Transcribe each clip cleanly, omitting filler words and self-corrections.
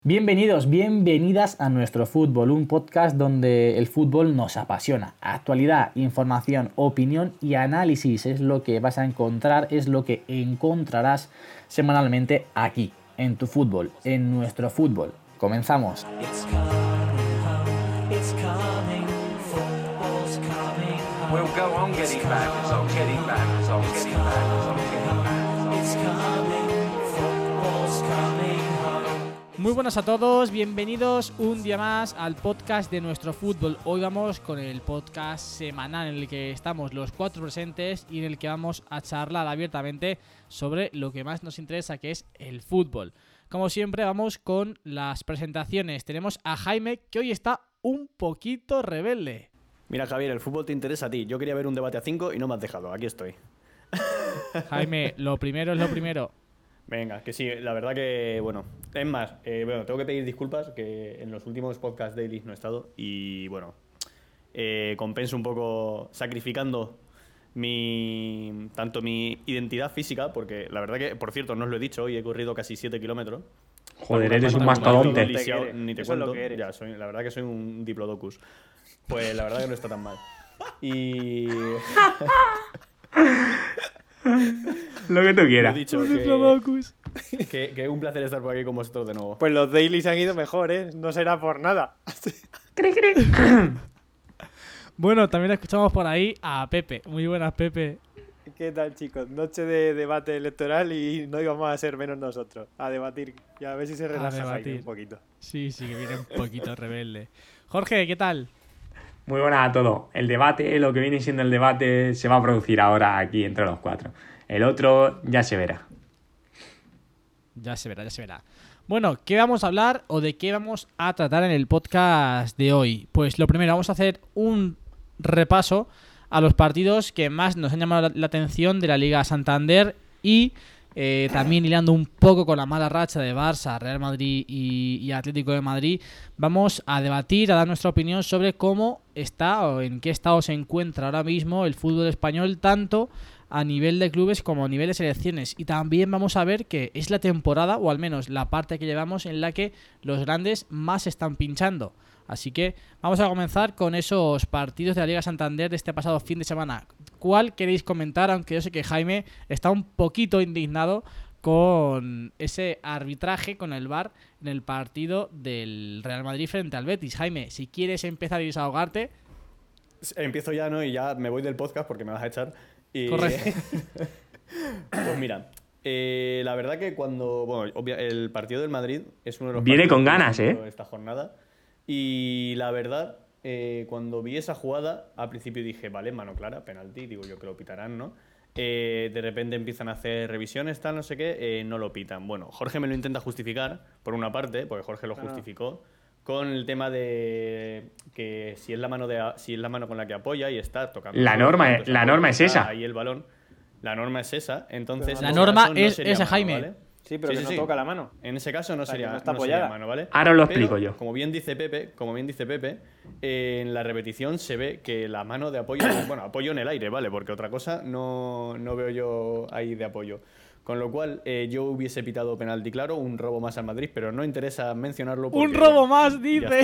Bienvenidos, bienvenidas a Nuestro Fútbol, un podcast donde el fútbol nos apasiona. Actualidad, información, opinión y análisis es lo que vas a encontrar, es lo que encontrarás semanalmente aquí, en tu fútbol, en Nuestro Fútbol. Comenzamos. We'll go on getting back, it's on getting back, it's on getting back, it's on getting back. It's coming, football's coming home. Muy buenas a todos, bienvenidos un día más al podcast de Nuestro Fútbol. Hoy vamos con el podcast semanal en el que estamos los cuatro presentes y en el que vamos a charlar abiertamente sobre lo que más nos interesa, que es el fútbol. Como siempre vamos con las presentaciones. Tenemos a Jaime, que hoy está un poquito rebelde. Mira, Javier, el fútbol te interesa a ti. Yo quería ver un debate a 5 y no me has dejado. Aquí estoy. Jaime, lo primero es lo primero. Venga, que sí, la verdad que, bueno. Es más, tengo que pedir disculpas que en los últimos podcast daily no he estado. Y, bueno, compenso un poco sacrificando tanto mi identidad física, porque la verdad que, por cierto, no os lo he dicho, hoy he corrido casi 7 kilómetros. Joder, eres un mastodonte. Ni te cuento. Ya, la verdad que soy un diplodocus. Pues la verdad que no está tan mal. Y... Lo que tú he quieras. dicho que es un placer estar por aquí con vosotros de nuevo. Pues los dailies han ido mejor, ¿eh? No será por nada. Bueno, también escuchamos por ahí a Pepe. Muy buenas, Pepe. ¿Qué tal, chicos? Noche de debate electoral y no íbamos a ser menos nosotros. A debatir y a ver si se relaja Jaime un poquito. Sí, que viene un poquito rebelde. Jorge, ¿qué tal? Muy buenas a todos. El debate, lo que viene siendo el debate, se va a producir ahora aquí entre los cuatro. El otro ya se verá. Ya se verá. Bueno, ¿qué vamos a hablar o de qué vamos a tratar en el podcast de hoy? Pues lo primero, vamos a hacer un repaso a los partidos que más nos han llamado la atención de la Liga Santander y también hilando un poco con la mala racha de Barça, Real Madrid y Atlético de Madrid, vamos a debatir, a dar nuestra opinión sobre cómo está o en qué estado se encuentra ahora mismo el fútbol español, tanto a nivel de clubes como a nivel de selecciones. Y también vamos a ver que es la temporada, o al menos la parte que llevamos, en la que los grandes más están pinchando. Así que vamos a comenzar con esos partidos de la Liga Santander de este pasado fin de semana. ¿Cuál queréis comentar? Aunque yo sé que Jaime está un poquito indignado con ese arbitraje, con el VAR, en el partido del Real Madrid frente al Betis. Jaime, si quieres empezar y desahogarte... Empiezo ya, ¿no? Y ya me voy del podcast porque me vas a echar. Correcto. Pues mira, la verdad que el partido del Madrid es uno de los viene partidos con ganas, de esta jornada. Y la verdad, cuando vi esa jugada, al principio dije, vale, mano clara, penalti, digo yo que lo pitarán, ¿no? De repente empiezan a hacer revisiones, tal, no sé qué, no lo pitan. Bueno, Jorge me lo intenta justificar, por una parte, porque Jorge lo justificó, con el tema de que si es la mano con la que apoya y está tocando. La norma es esa. Ahí el balón. La norma es esa, entonces... La norma es sería esa, mano, Jaime. ¿vale? Sí, pero que no toca la mano. En ese caso no sería mano, ¿vale? Ahora lo explico yo. Como bien dice Pepe, en la repetición se ve que la mano de apoyo, bueno, apoyo en el aire, ¿vale? Porque otra cosa no veo yo ahí de apoyo. Con lo cual, yo hubiese pitado penalti, claro, un robo más al Madrid, pero no interesa mencionarlo porque... ¡Un robo más, dice!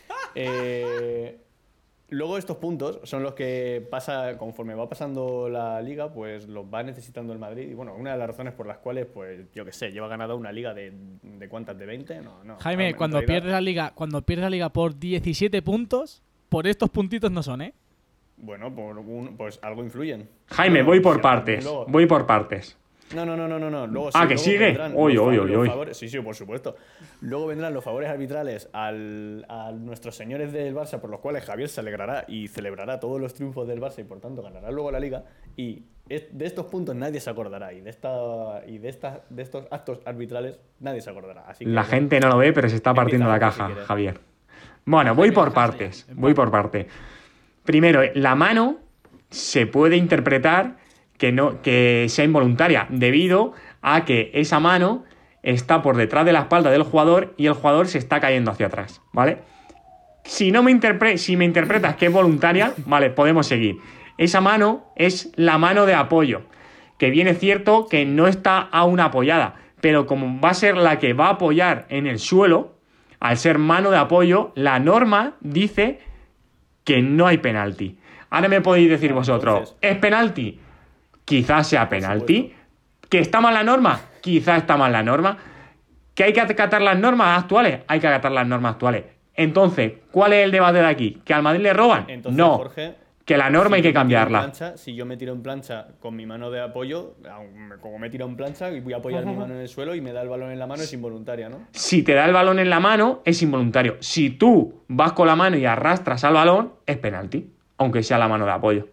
Luego estos puntos son los que conforme va pasando la liga, pues los va necesitando el Madrid. Y bueno, una de las razones por las cuales, pues yo qué sé, lleva ganada una liga de ¿cuántas? ¿De 20? No. Jaime, cuando pierdes la liga por 17 puntos, por estos puntitos no son, ¿eh? Bueno, pues algo influyen. Jaime, voy por partes. No. Luego, ¿que sigue? Oye. Sí, por supuesto. Luego vendrán los favores arbitrales a nuestros señores del Barça, por los cuales Javier se alegrará y celebrará todos los triunfos del Barça y por tanto ganará luego la Liga. Y de estos puntos nadie se acordará y de estos actos arbitrales nadie se acordará. Así que, la gente no lo ve, pero se está partiendo la caja, si Javier. Bueno, voy por partes. Primero, la mano se puede interpretar que sea involuntaria, debido a que esa mano está por detrás de la espalda del jugador y el jugador se está cayendo hacia atrás, ¿vale? Si me interpretas que es voluntaria, vale, podemos seguir. Esa mano es la mano de apoyo, que bien es cierto que no está aún apoyada, pero como va a ser la que va a apoyar en el suelo, al ser mano de apoyo, la norma dice que no hay penalti. Ahora me podéis decir vosotros, entonces- ¿es penalti? Quizás sea penalti. ¿Que está mal la norma? Quizás está mal la norma. ¿Que hay que acatar las normas actuales? Hay que acatar las normas actuales. Entonces, ¿cuál es el debate de aquí? ¿Que al Madrid le roban? Entonces, No. Jorge, Que la norma hay que cambiarla. Si yo me tiro en plancha con mi mano de apoyo, como me tiro en plancha y voy a apoyar mi mano en el suelo y me da el balón en la mano, es involuntaria, ¿no? Si te da el balón en la mano, es involuntario. Si tú vas con la mano y arrastras al balón, es penalti. Aunque sea la mano de apoyo.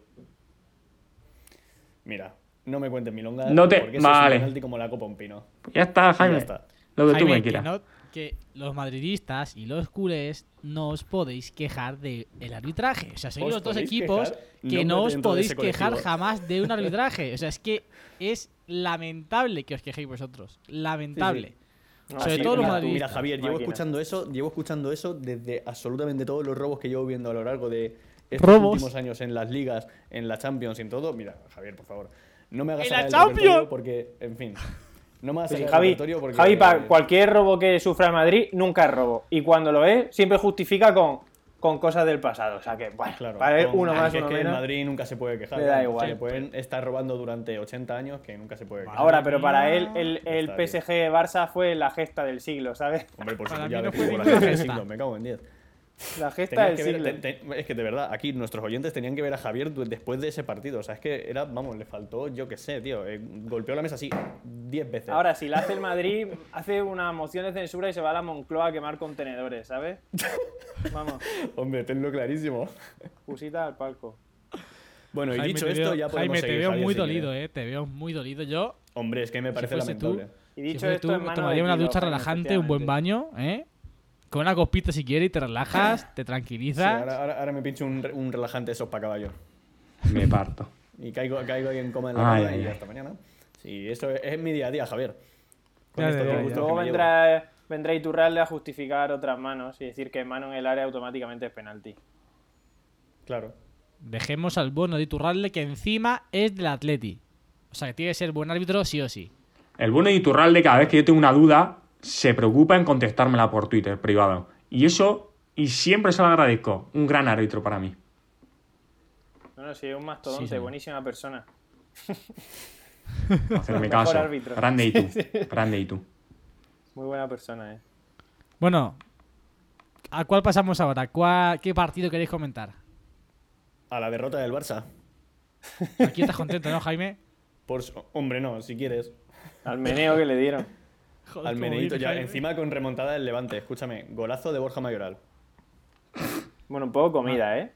Mira, no me cuentes milongas, No te- porque eso vale. es un penalti como la copa un pino. Ya está, Jaime. Ya está. Lo que tú Jaime, me quieras. que los madridistas y los culés no os podéis quejar del arbitraje. O sea, sois ¿Os los dos podéis equipos quejar? que No no me os dentro de podéis ese quejar colectivo. jamás de un arbitraje. O sea, es que es lamentable que os quejéis vosotros. Lamentable. No, Sobre sí, todo los mira, madridistas. Mira, Javier, llevo Máquina. escuchando eso desde absolutamente todos los robos que llevo viendo a lo largo de estos ¿Robos? últimos años en las ligas, en la Champions y en todo. Mira, Javier, por favor, no me hagas ¡En la sacar el Champions! repertorio porque, en fin, no me hagas Sí, sacar el Javi, repertorio porque... Javi, para cualquier robo que sufra el Madrid, nunca es robo. Y cuando lo es, siempre justifica con cosas del pasado. O sea que, bueno, Claro, para él, con- uno más, que es uno que el menos. Madrid nunca se puede quejar. Le da claro, igual. se pueden estar robando durante 80 años que nunca se puede quejar. Ahora, pero para él, el Está bien. PSG-Barça fue la gesta del siglo, ¿sabes? Hombre, por Para supuesto, ya mí no ves fue tú, la ninguna gente del gesta. siglo, me cago en 10. La gesta Tenías del que ver- siglo. es que de verdad, aquí nuestros oyentes tenían que ver a Javier después de ese partido. O sea, es que era, vamos, le faltó, yo qué sé, tío. Golpeó la mesa así 10 veces. Ahora, si la hace el Madrid, hace una moción de censura y se va a la Moncloa a quemar contenedores, ¿sabes? Vamos, Hombre, tenlo clarísimo. pusita al palco. Bueno, y Jaime, dicho te esto, veo- ya podemos Jaime, te seguir, veo Javier, muy si dolido, quieres. Te veo muy dolido. Yo, Hombre, es que me parece fuese tú, lamentable. Y si dicho fuese esto, tú, en mano tomaría de una Kilo, ducha Jaime, relajante, un buen efectivamente. baño, con una copita si quieres y te relajas, te Sí, tranquilizas. ahora me pincho un relajante esos para caballo. Me parto. Y caigo ahí en coma en la Ay, cama ay, y ay. hasta mañana. Sí, eso es mi día a día, Javier. Con Ya, estos ya, ya. disgustos Luego que me llevo. vendrá Iturralde a justificar otras manos y decir que mano en el área automáticamente es penalti. Claro. Dejemos al bueno de Iturralde, que encima es del Atleti. O sea, que tiene que ser buen árbitro sí o sí. El bueno de Iturralde, cada vez que yo tengo una duda, se preocupa en contestármela por Twitter privado. Y eso, y siempre se lo agradezco. Un gran árbitro para mí. No, sí, es un mastodonte, Sí, señor. buenísima persona. Hacerme Mejor caso. árbitro. Grande y tú. Grande y tú. Muy buena persona, Bueno, ¿a cuál pasamos ahora? ¿Qué partido queréis comentar? A la derrota del Barça. Aquí estás contento, ¿no, Jaime? Hombre, no, si quieres. Al meneo que le dieron. Joder, Al cómo meneito viene, ya. Jaime. Encima con remontada del Levante. Escúchame, golazo de Borja Mayoral. Bueno, un poco comida, ¿eh?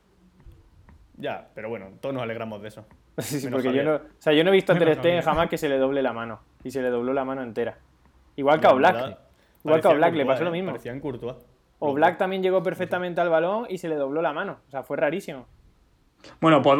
Ya, pero bueno, todos nos alegramos de eso. Sí, Menos porque Javier. yo no he visto a Ter Menos Stegen Javier. jamás que se le doble la mano. Y se le dobló la mano entera. Igual que La a Oblak. verdad, Igual que a parecía Oblak, le Courtois, pasó lo mismo. Parecía en Courtois. Oblak también llegó perfectamente al balón y se le dobló la mano. O sea, fue rarísimo. Bueno, pues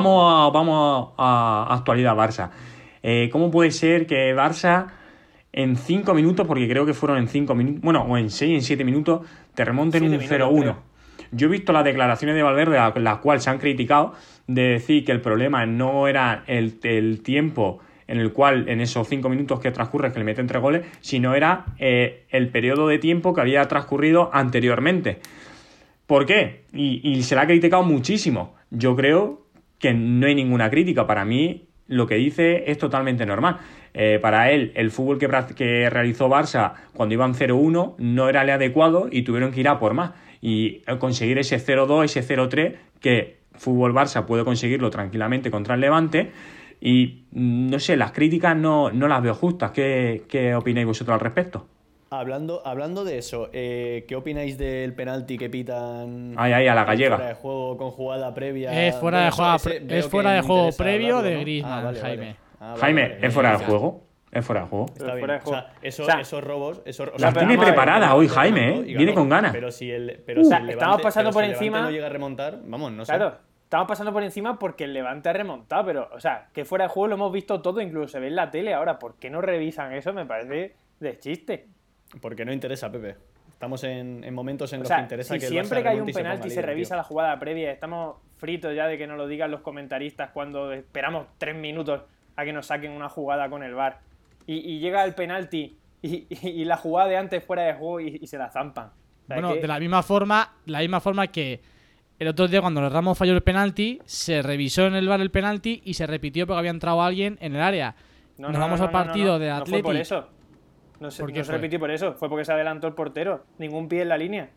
vamos a actualidad Barça. ¿Cómo puede ser que Barça en 5 minutos, porque creo que fueron en 5 minutos, bueno, o en 6, en 7 minutos, te remonten 7 un minutos, 0-1? creo. Yo he visto las declaraciones de Valverde, las cuales se han criticado, de decir que el problema no era el tiempo en el cual, en esos 5 minutos que transcurre, que le meten 3 goles, sino era el periodo de tiempo que había transcurrido anteriormente. ¿Por qué? Y se le ha criticado muchísimo. Yo creo que no hay ninguna crítica. Para mí, lo que dice es totalmente normal. Para él, el fútbol que realizó Barça cuando iban 0-1 no era el adecuado y tuvieron que ir a por más. Y conseguir ese 0-2, ese 0-3, que fútbol Barça puede conseguirlo tranquilamente contra el Levante. Y no sé, las críticas no las veo justas. ¿Qué opináis vosotros al respecto? Hablando de eso, ¿qué opináis del penalti que pitan Ay, a la gallega. fuera de juego con jugada previa? Es fuera de Bueno, juego, ese veo es que fuera de me juego interesa previo hablarlo, de ¿no? Griezmann, Vale, Jaime. vale. Vale, Jaime, vale. es fuera de ya. juego. Es fuera de juego. Está Pero bien. fuera de O sea, juego. esos, O sea, esos robos. Esos, o las sea, tiene vamos a ver, preparadas el hoy, Levante Jaime, remontó ¿eh? y Viene ganó. con ganas. Pero si el estamos Levante- pasando pero por si el Levante encima- no llega a remontar, vamos, no sé. Claro, estamos pasando por encima porque el Levante ha remontado, pero, o sea, que fuera de juego lo hemos visto todo, incluso se ve en la tele ahora. ¿Por qué no revisan eso? Me parece de chiste. Porque no interesa, Pepe. Estamos en momentos en O los sea, que interesa si que el siempre Barça que hay un remonte y penalti ponga se líder, revisa tío. la jugada previa, estamos fritos ya de que nos lo digan los comentaristas cuando esperamos 3 minutos a que nos saquen una jugada con el VAR. Y llega el penalti y la jugada de antes fuera de juego y se la zampan. sea, Bueno, que- de la misma forma que el otro día cuando Ramos falló el penalti, se revisó en el VAR el penalti y se repitió porque había entrado alguien en el área. No, Nos no, vamos no, al no, no, partido no. de No fue por Atleti. eso. No se, ¿Por qué no se fue? repitió por eso. Fue porque se adelantó el portero. Ningún pie en la línea.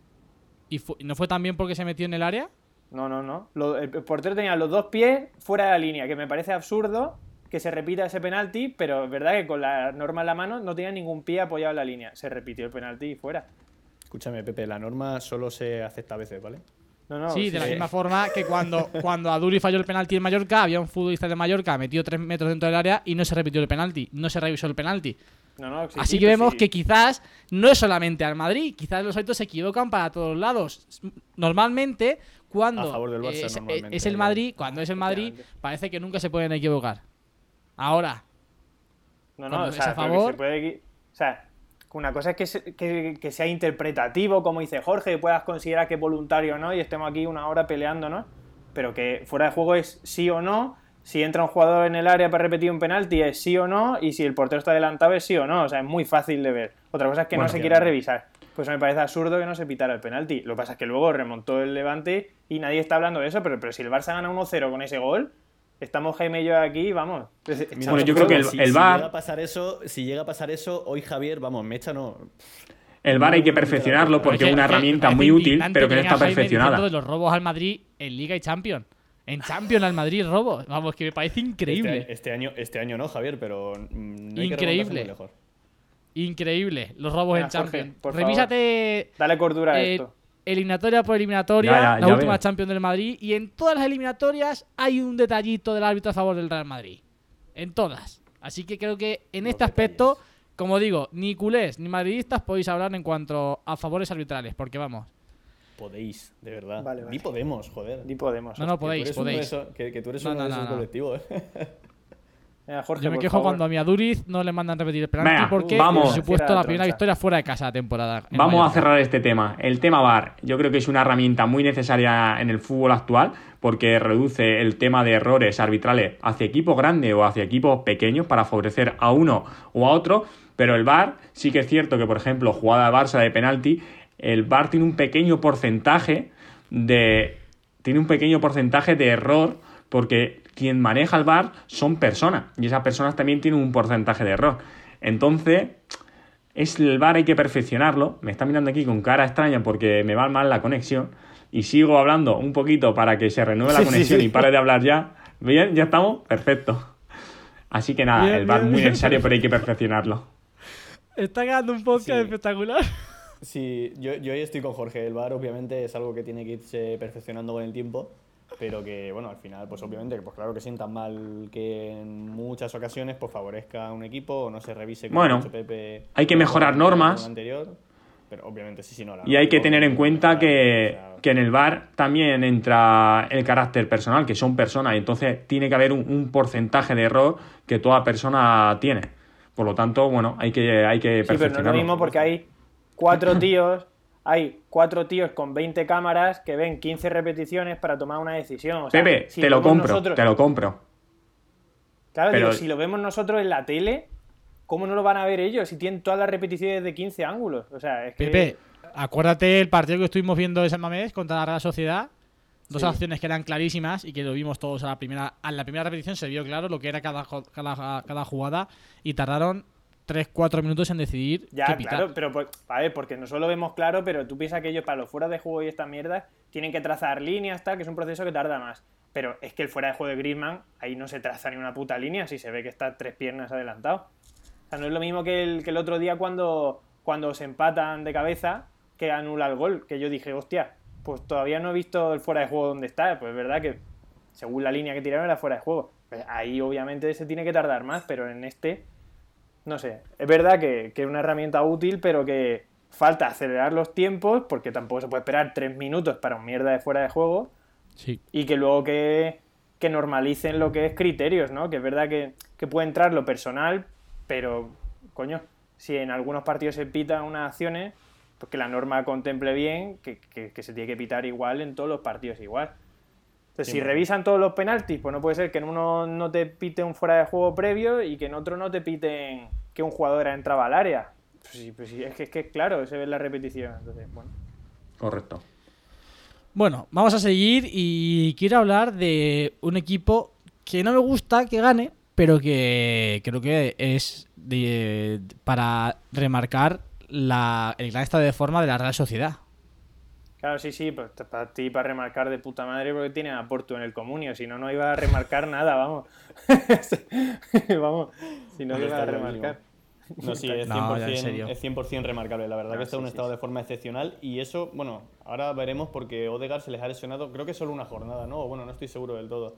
¿Y no fue también porque se metió en el área? No, no, no. El portero tenía los 2 pies fuera de la línea, que me parece absurdo que se repita ese penalti, pero es verdad que con la norma en la mano no tenía ningún pie apoyado en la línea. Se repitió el penalti y fuera. Escúchame, Pepe, la norma solo se acepta a veces, ¿vale? No, no, Sí, de la sí. misma forma que cuando Aduri falló el penalti en Mallorca, había un futbolista de Mallorca metido 3 metros dentro del área y no se repitió el penalti, no se revisó el penalti. No, no, sí, Así sí, que pues vemos sí. que quizás no es solamente al Madrid, quizás los árbitros se equivocan para todos lados. Normalmente, cuando A favor del Barça, normalmente, es el Madrid, cuando es el Madrid, Efectivamente. parece que nunca se pueden equivocar. Ahora, No, cuando no, o es sea, a pero que favor- se puede... O sea, una cosa es que sea interpretativo, como dice Jorge, que puedas considerar que es voluntario o no, y estemos aquí una hora peleándonos, pero que fuera de juego es sí o no, si entra un jugador en el área para repetir un penalti es sí o no, y si el portero está adelantado es sí o no, o sea, es muy fácil de ver. Otra cosa es que Bueno, no se que quiera no. revisar. Pues me parece absurdo que no se pitara el penalti. Lo que pasa es que luego remontó el Levante y nadie está hablando de eso, pero si el Barça gana 1-0 con ese gol, estamos Jaime y yo aquí, vamos. Mira, Bueno, yo creo que el si VAR llega a pasar eso, hoy Javier, vamos, Mecha no. El VAR hay que perfeccionarlo porque es una herramienta muy útil, pero que no está perfeccionada. De los robos al Madrid en Liga y Champions. En Champions al Madrid robos. Vamos, que me parece increíble. Este año no, Javier, pero no hay que Increíble. remontarse muy lejos. Increíble los robos Venga, en Champions. Jorge, por favor. Revísate Dale cordura a esto. eliminatoria por eliminatoria, Ya, la ya última veo. Champions del Madrid, y en todas las eliminatorias hay un detallito del árbitro a favor del Real Madrid. En todas. Así que creo que en Los este aspecto, detalles. como digo, ni culés ni madridistas podéis hablar en cuanto a favores arbitrales, porque vamos. Podéis, de verdad. Vale, vale. Ni podemos, joder. Ni podemos. No, no, Que tú podéis, eres uno de podéis. esos- que tú eres No, uno no, de esos no, no. colectivos, Venga, Jorge, Yo me por quejo favor. cuando a mi Aduriz no le mandan repetir el penalti Venga, porque vamos. por supuesto Cierra la la primera troncha. victoria fuera de casa la temporada. en Vamos a Mallorca. cerrar este tema. El tema VAR, yo creo que es una herramienta muy necesaria en el fútbol actual porque reduce el tema de errores arbitrales hacia equipos grandes o hacia equipos pequeños para favorecer a uno o a otro, pero el VAR sí que es cierto que, por ejemplo, jugada de Barça de penalti, el VAR tiene un pequeño porcentaje de error porque quien maneja el VAR son personas y esas personas también tienen un porcentaje de error. Entonces, el VAR hay que perfeccionarlo. Me está mirando aquí con cara extraña porque me va mal la conexión y sigo hablando un poquito para que se renueve la Sí, conexión sí. y pare de hablar ya. Bien, ya estamos, perfecto. Así que nada, Bien, el VAR bien, muy bien. necesario, pero hay que perfeccionarlo. Está quedando un podcast Sí. espectacular. Sí, yo ahí estoy con Jorge. El VAR obviamente es algo que tiene que irse perfeccionando con el tiempo, pero que, bueno, al final, pues obviamente, pues claro que sientan mal que en muchas ocasiones pues favorezca a un equipo o no se revise como Bueno, ha dicho Pepe. hay que mejorar con el normas. anterior, pero obviamente sí, no. Y hay que tener en cuenta que o sea, en el VAR también entra el carácter personal, que son personas, y entonces tiene que haber un porcentaje de error que toda persona tiene. Por lo tanto, bueno, hay que Sí, pero no es lo perfeccionarlo. mismo porque hay cuatro tíos con 20 cámaras que ven 15 repeticiones para tomar una decisión. O sea, Pepe, si te lo vemos compro, nosotros- te lo compro. Claro, pero- digo, si lo vemos nosotros en la tele, ¿cómo no lo van a ver ellos si tienen todas las repeticiones de 15 ángulos? O sea, es que... Pepe, acuérdate el partido que estuvimos viendo de San Mamés contra la Real Sociedad. Dos Sí. acciones que eran clarísimas y que lo vimos todos a la primera repetición. Se vio claro lo que era cada jugada y tardaron 3-4 minutos en decidir qué Ya, pitar. claro, pero a ver, porque nosotros lo vemos claro, pero tú piensas que ellos para los fuera de juego y estas mierdas tienen que trazar líneas, tal, que es un proceso que tarda más. Pero es que el fuera de juego de Griezmann, ahí no se traza ni una puta línea si se ve que está 3 piernas adelantado. O sea, no es lo mismo que el otro día cuando se empatan de cabeza que anula el gol, que yo dije, hostia, pues todavía no he visto el fuera de juego donde está. Pues es verdad que según la línea que tiraron era fuera de juego. Pues ahí obviamente se tiene que tardar más, pero en este... No sé, es verdad que es una herramienta útil, pero que falta acelerar los tiempos, porque tampoco se puede esperar 3 minutos para un mierda de fuera de juego, Sí. y que luego que normalicen lo que es criterios, ¿no? Que es verdad que puede entrar lo personal, pero, coño, si en algunos partidos se pitan unas acciones, pues que la norma contemple bien que se tiene que pitar igual en todos los partidos igual. Entonces, Sí, si bueno. revisan todos los penaltis, pues no puede ser que en uno no te pite un fuera de juego previo y que en otro no te piten que un jugador ha entrado al área. Pues sí, es que claro, se ve en la repetición. Entonces, bueno. Correcto. Bueno, vamos a seguir y quiero hablar de un equipo que no me gusta que gane, pero que creo que es para remarcar el gran estado de forma de la Real Sociedad. Claro, sí, pues para ti, para remarcar de puta madre, porque tiene a Porto en el comunio, si no, no iba a remarcar nada, vamos. Vamos, si no Hombre, iba a está remarcar. No, sí, es 100%, No, ya, en serio. es 100% remarcable. La verdad que está en un estado de forma excepcional y eso, bueno, ahora veremos porque Odegaard se les ha lesionado, creo que solo una jornada, ¿no? O bueno, no estoy seguro del todo.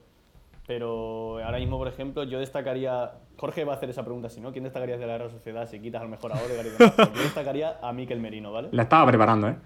Pero ahora mismo, por ejemplo, yo destacaría... Jorge va a hacer esa pregunta, si no, ¿quién destacarías de la Real Sociedad si quitas a lo mejor a Odegaard y demás? Pues yo destacaría a Mikel Merino, ¿vale? La estaba preparando, ¿eh?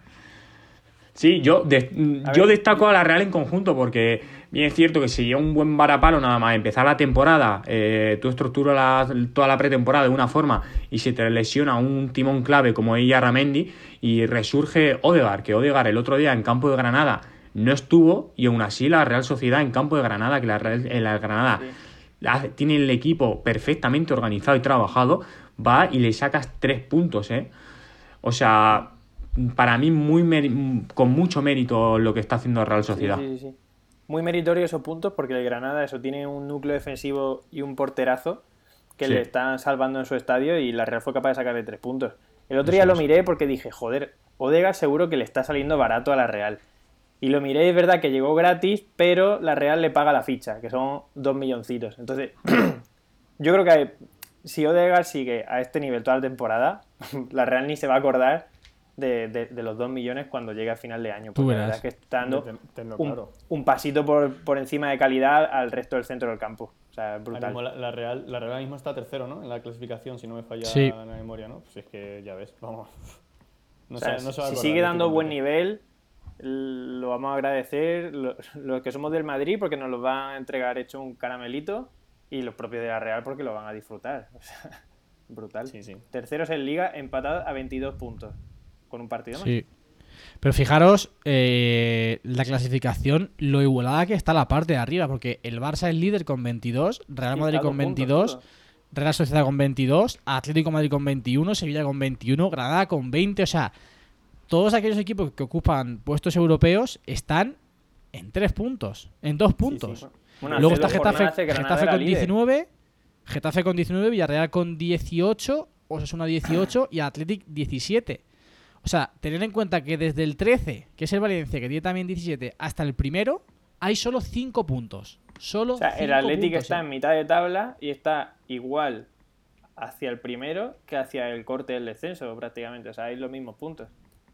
Sí, yo destaco a la Real en conjunto porque bien es cierto que si lleva un buen varapalo nada más empezar la temporada, tú estructuras toda la pretemporada de una forma y se te lesiona un timón clave como ella Ramendi y resurge Odegaard, que Odegaard el otro día en campo de Granada no estuvo y aún así la Real Sociedad en campo de Granada, que la Granada tiene el equipo perfectamente organizado y trabajado, va y le sacas 3 puntos, ¿eh? O sea... Para mí, con mucho mérito lo que está haciendo Real Sociedad. Sí. Muy meritorio esos puntos porque el Granada eso tiene un núcleo defensivo y un porterazo que le están salvando en su estadio y la Real fue capaz de sacarle 3 puntos. El otro día lo miré porque dije, joder, Odegaard seguro que le está saliendo barato a la Real. Y lo miré y es verdad que llegó gratis, pero la Real le paga la ficha, que son 2 milloncitos. Entonces, yo creo que si Odegaard sigue a este nivel toda la temporada, la Real ni se va a acordar de los 2 millones cuando llegue a final de año. Porque la verdad es que está dando un pasito por encima de calidad al resto del centro del campo. O sea, es brutal. La Real ahora mismo está tercero, ¿no? En la clasificación, si no me falla la memoria, ¿no? Pues es que ya ves, vamos. No se va a acordar, si sigue dando buen nivel, lo vamos a agradecer los que somos del Madrid porque nos lo van a entregar hecho un caramelito y los propios de la Real porque lo van a disfrutar. O sea, brutal. Sí. Terceros en Liga, empatados a 22 puntos. Con un partido más. Sí. Pero fijaros la clasificación, lo igualada que está la parte de arriba, porque el Barça es líder con 22, Real Madrid con 22, Real Sociedad con 22, Atlético de Madrid con 21, Sevilla con 21, Granada con 20, o sea, todos aquellos equipos que ocupan puestos europeos están en 3 puntos, en 2 puntos. Sí. Bueno, luego está Getafe con 19, Getafe con 19, Villarreal con 18, Osasuna 18 y Atlético 17. O sea, tener en cuenta que desde el 13, que es el Valencia, que tiene también 17, hasta el primero, hay solo 5 puntos. O sea, el Atlético está en mitad de tabla y está igual hacia el primero que hacia el corte del descenso, prácticamente. O sea, hay los mismos puntos.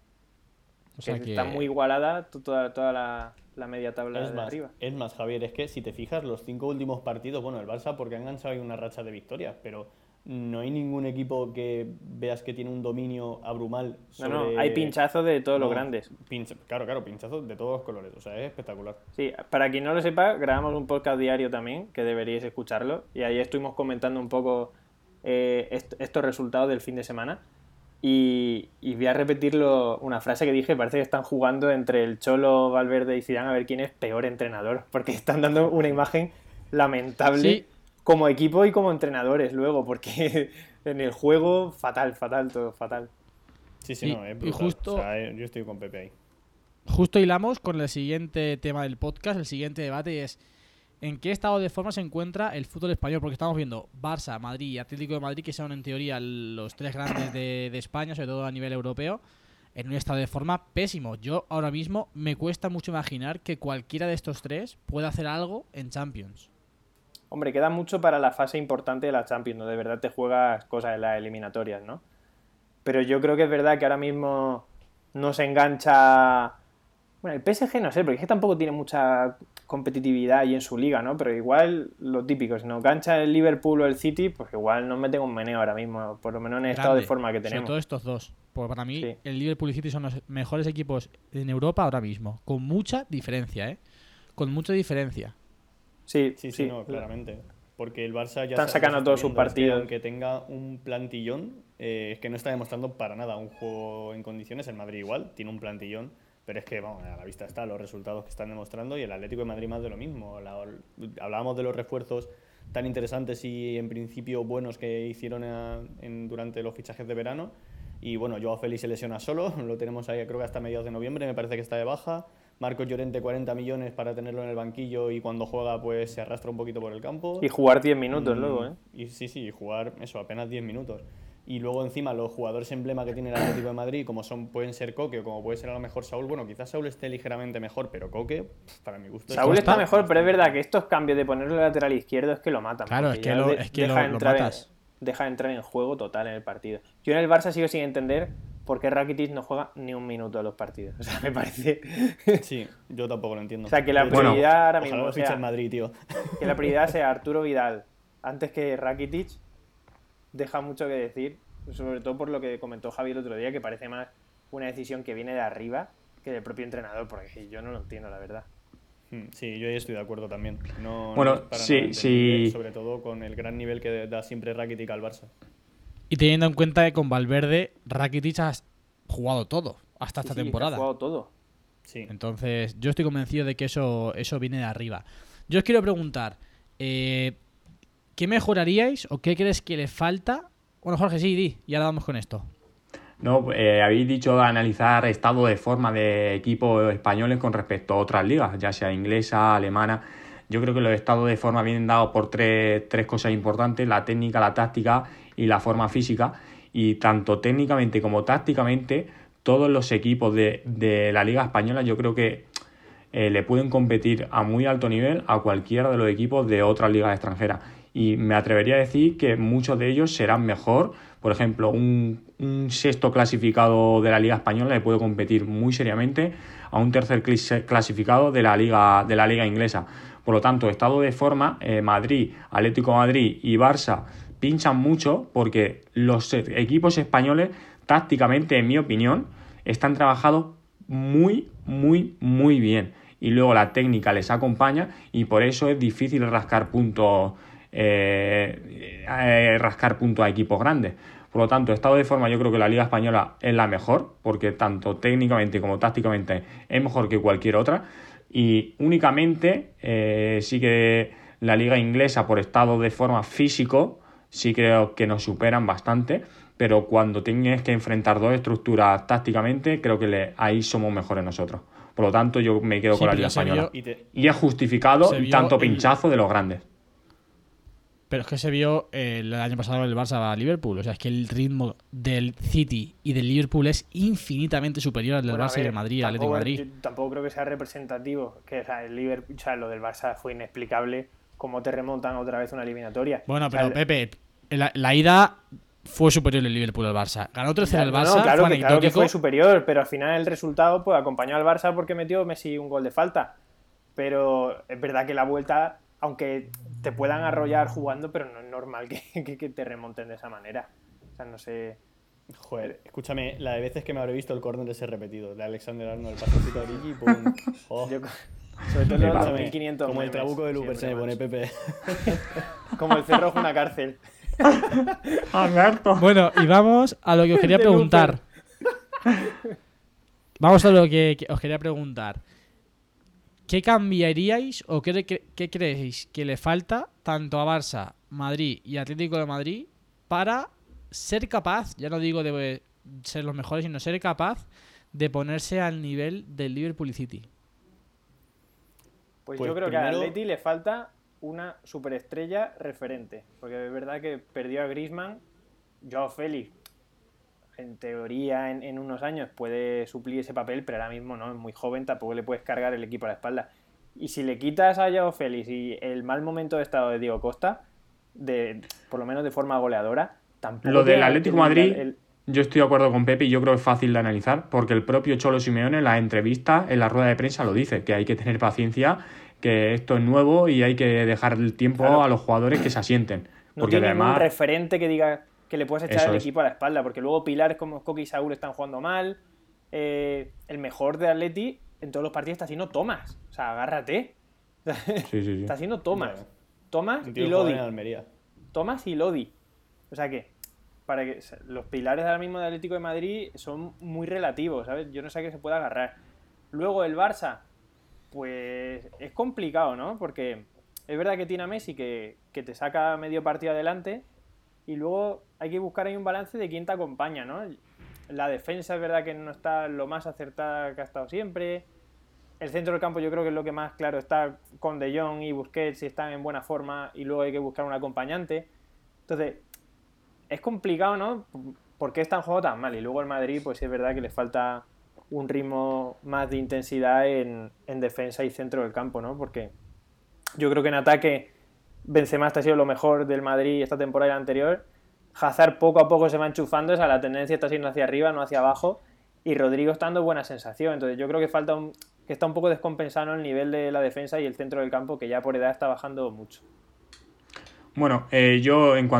O sea, que está muy igualada toda la media tabla de arriba. Es más, Javier, es que si te fijas, los 5 últimos partidos, bueno, el Barça porque ha enganchado ahí una racha de victorias, pero... No hay ningún equipo que veas que tiene un dominio abrumal sobre... No, hay pinchazos de todos los grandes. Claro, pinchazos de todos los colores, o sea, es espectacular. Sí, para quien no lo sepa, grabamos un podcast diario también, que deberíais escucharlo, y ahí estuvimos comentando un poco estos resultados del fin de semana, y voy a repetirlo, una frase que dije, parece que están jugando entre el Cholo, Valverde y Zidane a ver quién es peor entrenador, porque están dando una imagen lamentable... Sí. Como equipo y como entrenadores luego, porque en el juego fatal, todo fatal. Sí, no, es brutal. Y justo, o sea, yo estoy con Pepe ahí. Justo hilamos con el siguiente tema del podcast, el siguiente debate es ¿en qué estado de forma se encuentra el fútbol español? Porque estamos viendo Barça, Madrid y Atlético de Madrid, que son en teoría los 3 grandes de España, sobre todo a nivel europeo, en un estado de forma pésimo. Yo ahora mismo me cuesta mucho imaginar que cualquiera de estos 3 pueda hacer algo en Champions. Hombre, queda mucho para la fase importante de la Champions, ¿no? De verdad te juegas cosas en las eliminatorias, ¿no? Pero yo creo que es verdad que ahora mismo no se engancha... Bueno, el PSG no sé, porque es que tampoco tiene mucha competitividad ahí en su liga, ¿no? Pero igual lo típico, si nos engancha el Liverpool o el City, pues igual nos meten un meneo ahora mismo, por lo menos en el estado de forma que tenemos. Sobre todo estos dos. Porque para mí el Liverpool y City son los mejores equipos en Europa ahora mismo. Con mucha diferencia, ¿eh? Con mucha diferencia. Sí, no, claramente. Porque el Barça ya están sacando todos sus partidos. Aunque tenga un plantillón, es que no está demostrando para nada un juego en condiciones. El Madrid igual tiene un plantillón, pero es que, vamos, a la vista está los resultados que están demostrando y el Atlético de Madrid más de lo mismo. Hablábamos de los refuerzos tan interesantes y en principio buenos que hicieron durante los fichajes de verano Y bueno, Joao Félix se lesiona solo, lo tenemos ahí creo que hasta mediados de noviembre, me parece que está de baja. Marcos Llorente 40 millones para tenerlo en el banquillo y cuando juega pues se arrastra un poquito por el campo. Y jugar 10 minutos luego, ¿eh? Y sí, jugar eso, apenas 10 minutos. Y luego encima los jugadores emblema que tiene el Atlético de Madrid, como pueden ser Coque o como puede ser a lo mejor Saúl, bueno, quizás Saúl esté ligeramente mejor, pero Coque, para mi gusto... Saúl está mejor, pero es verdad que estos cambios de ponerlo lateral izquierdo es que lo matan. Claro, es que lo matas. Deja de entrar en juego total en el partido. Yo en el Barça sigo sin entender por qué Rakitic no juega ni un minuto a los partidos. O sea, me parece... Sí, yo tampoco lo entiendo. O sea, que la prioridad ahora mismo mismo sea... el Madrid, tío. Que la prioridad sea Arturo Vidal antes que Rakitic, deja mucho que decir, sobre todo por lo que comentó Javi el otro día, que parece más una decisión que viene de arriba que del propio entrenador, porque yo no lo entiendo, la verdad. Sí, yo ahí estoy de acuerdo también. No Bueno, es para sí, nada sí. sobre todo con el gran nivel que da siempre Rakitic al Barça. Y teniendo en cuenta que con Valverde, Rakitic ha jugado todo hasta esta temporada. Ha jugado todo. Sí. Entonces, yo estoy convencido de que eso viene de arriba. Yo os quiero preguntar, ¿qué mejoraríais o qué crees que le falta? Bueno, Jorge, sí, di, y ahora vamos con esto. No, habéis dicho analizar estado de forma de equipos españoles con respecto a otras ligas, ya sea inglesa, alemana. Yo creo que los estados de forma vienen dados por tres cosas importantes: la técnica, la táctica y la forma física. Y tanto técnicamente como tácticamente, todos los equipos de la Liga Española yo creo que le pueden competir a muy alto nivel a cualquiera de los equipos de otras ligas extranjeras. Y me atrevería a decir que muchos de ellos serán mejor. Por ejemplo, un sexto clasificado de la Liga Española le puede competir muy seriamente a un tercer clasificado de la Liga Inglesa. Por lo tanto, estado de forma, Madrid, Atlético de Madrid y Barça pinchan mucho porque los equipos españoles, tácticamente, en mi opinión, están trabajados muy, muy, muy bien. Y luego la técnica les acompaña y por eso es difícil rascar puntos a equipos grandes. Por lo tanto, estado de forma, yo creo que la Liga Española es la mejor, porque tanto técnicamente como tácticamente es mejor que cualquier otra. Y únicamente sí que la Liga Inglesa, por estado de forma físico, sí creo que nos superan bastante, pero cuando tienes que enfrentar dos estructuras tácticamente, creo que ahí somos mejores nosotros. Por lo tanto, yo me quedo con la Liga Española. Y es justificado tanto pinchazo de los grandes. Pero es que se vio el año pasado el Barça a Liverpool. O sea, es que el ritmo del City y del Liverpool es infinitamente superior al del Barça y del Madrid, al Atlético de Madrid. Yo tampoco creo que sea representativo. Que, o sea, el Liverpool, o sea, lo del Barça fue inexplicable. Cómo te remontan otra vez una eliminatoria. Bueno, pero Pepe, la ida fue superior el Liverpool al Barça. Ganó 3-0 el Barça, claro, fue claro que fue superior, pero al final el resultado pues acompañó al Barça porque metió Messi un gol de falta. Pero es verdad que la vuelta, aunque te puedan arrollar jugando, pero no es normal que te remonten de esa manera. O sea, no sé... Joder, escúchame, la de veces que me habré visto el córner ese repetido, de Alexander Arnold, el pasecito de Origi, pum. Oh. Sobre todo los 2500 como el trabuco de Luper, se me pone Pepe. Como el cerrojo una cárcel. Bueno, y vamos a lo que os quería preguntar. Vamos a lo que os quería preguntar. ¿Qué cambiaríais o qué creéis que le falta tanto a Barça, Madrid y Atlético de Madrid para ser capaz, ya no digo de ser los mejores, sino ser capaz de ponerse al nivel del Liverpool y City? Pues yo creo que a Atleti le falta una superestrella referente, porque es verdad que perdió a Griezmann. Joao Félix, en teoría, en unos años puede suplir ese papel, pero ahora mismo no, es muy joven, tampoco le puedes cargar el equipo a la espalda. Y si le quitas a Joao Félix y el mal momento de estado de Diego Costa, por lo menos de forma goleadora, tampoco... Lo del Atlético de Madrid, yo estoy de acuerdo con Pepe y yo creo que es fácil de analizar, porque el propio Cholo Simeone en las entrevistas, en la rueda de prensa lo dice, que hay que tener paciencia, que esto es nuevo y hay que dejar el tiempo a los jugadores que se asienten. No tiene además un referente que diga que le puedes echar el equipo a la espalda, porque luego pilares como Coque y Saúl están jugando mal. El mejor de Atleti en todos los partidos está siendo Thomas. O sea, agárrate. Sí. Está siendo Thomas. Bueno, Thomas y Lodi. Thomas y Lodi. O sea que para que los pilares ahora mismo de Atlético de Madrid son muy relativos, ¿sabes? Yo no sé a qué se puede agarrar. Luego el Barça, pues es complicado, ¿no? Porque es verdad que tiene a Messi que te saca medio partido adelante y luego hay que buscar ahí un balance de quién te acompaña, ¿no? La defensa es verdad que no está lo más acertada que ha estado siempre. El centro del campo yo creo que es lo que más claro está con De Jong y Busquets si están en buena forma y luego hay que buscar un acompañante. Entonces, es complicado, ¿no? ¿Por qué están jugando tan mal? Y luego el Madrid, pues sí es verdad que le falta un ritmo más de intensidad en defensa y centro del campo, ¿no? Porque yo creo que en ataque Benzema ha sido lo mejor del Madrid esta temporada y la anterior. Hazard poco a poco se va enchufando, o sea, la tendencia está siendo hacia arriba, no hacia abajo. Y Rodrigo está dando buena sensación. Entonces yo creo que que está un poco descompensado, ¿no?, el nivel de la defensa y el centro del campo, que ya por edad está bajando mucho. Bueno, yo en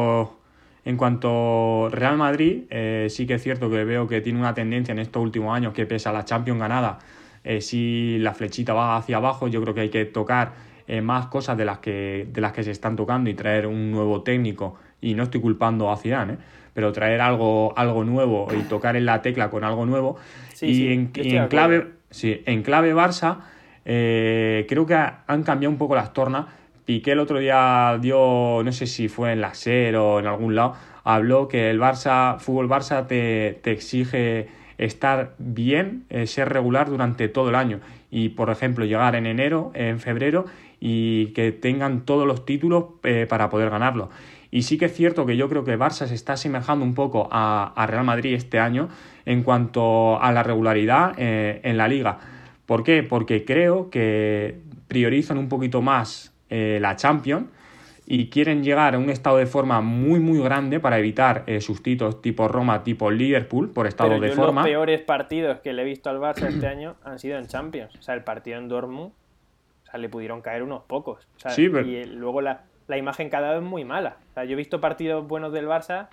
cuanto Real Madrid, sí que es cierto que veo que tiene una tendencia en estos últimos años que pese a la Champions ganada, si la flechita va hacia abajo, yo creo que hay que tocar más cosas de las que se están tocando y traer un nuevo técnico. Y no estoy culpando a Zidane, pero traer algo nuevo y tocar en la tecla con algo nuevo. Sí, En clave Barça, creo que han cambiado un poco las tornas. Piqué el otro día dio, no sé si fue en la SER o en algún lado, habló que el Fútbol Barça te exige estar bien, ser regular durante todo el año. Y, por ejemplo, llegar en enero, en febrero, y que tengan todos los títulos para poder ganarlos. Y sí que es cierto que yo creo que Barça se está asemejando un poco a Real Madrid este año en cuanto a la regularidad en la Liga. ¿Por qué? Porque creo que priorizan un poquito más la Champions y quieren llegar a un estado de forma muy muy grande para evitar sustitos tipo Roma, tipo Liverpool por estado Pero de yo forma. Los peores partidos que le he visto al Barça este año han sido en Champions. O sea, el partido en Dortmund, o sea, le pudieron caer unos pocos. O sea, Sí, pero... Y luego la imagen cada vez es muy mala. O sea, yo he visto partidos buenos del Barça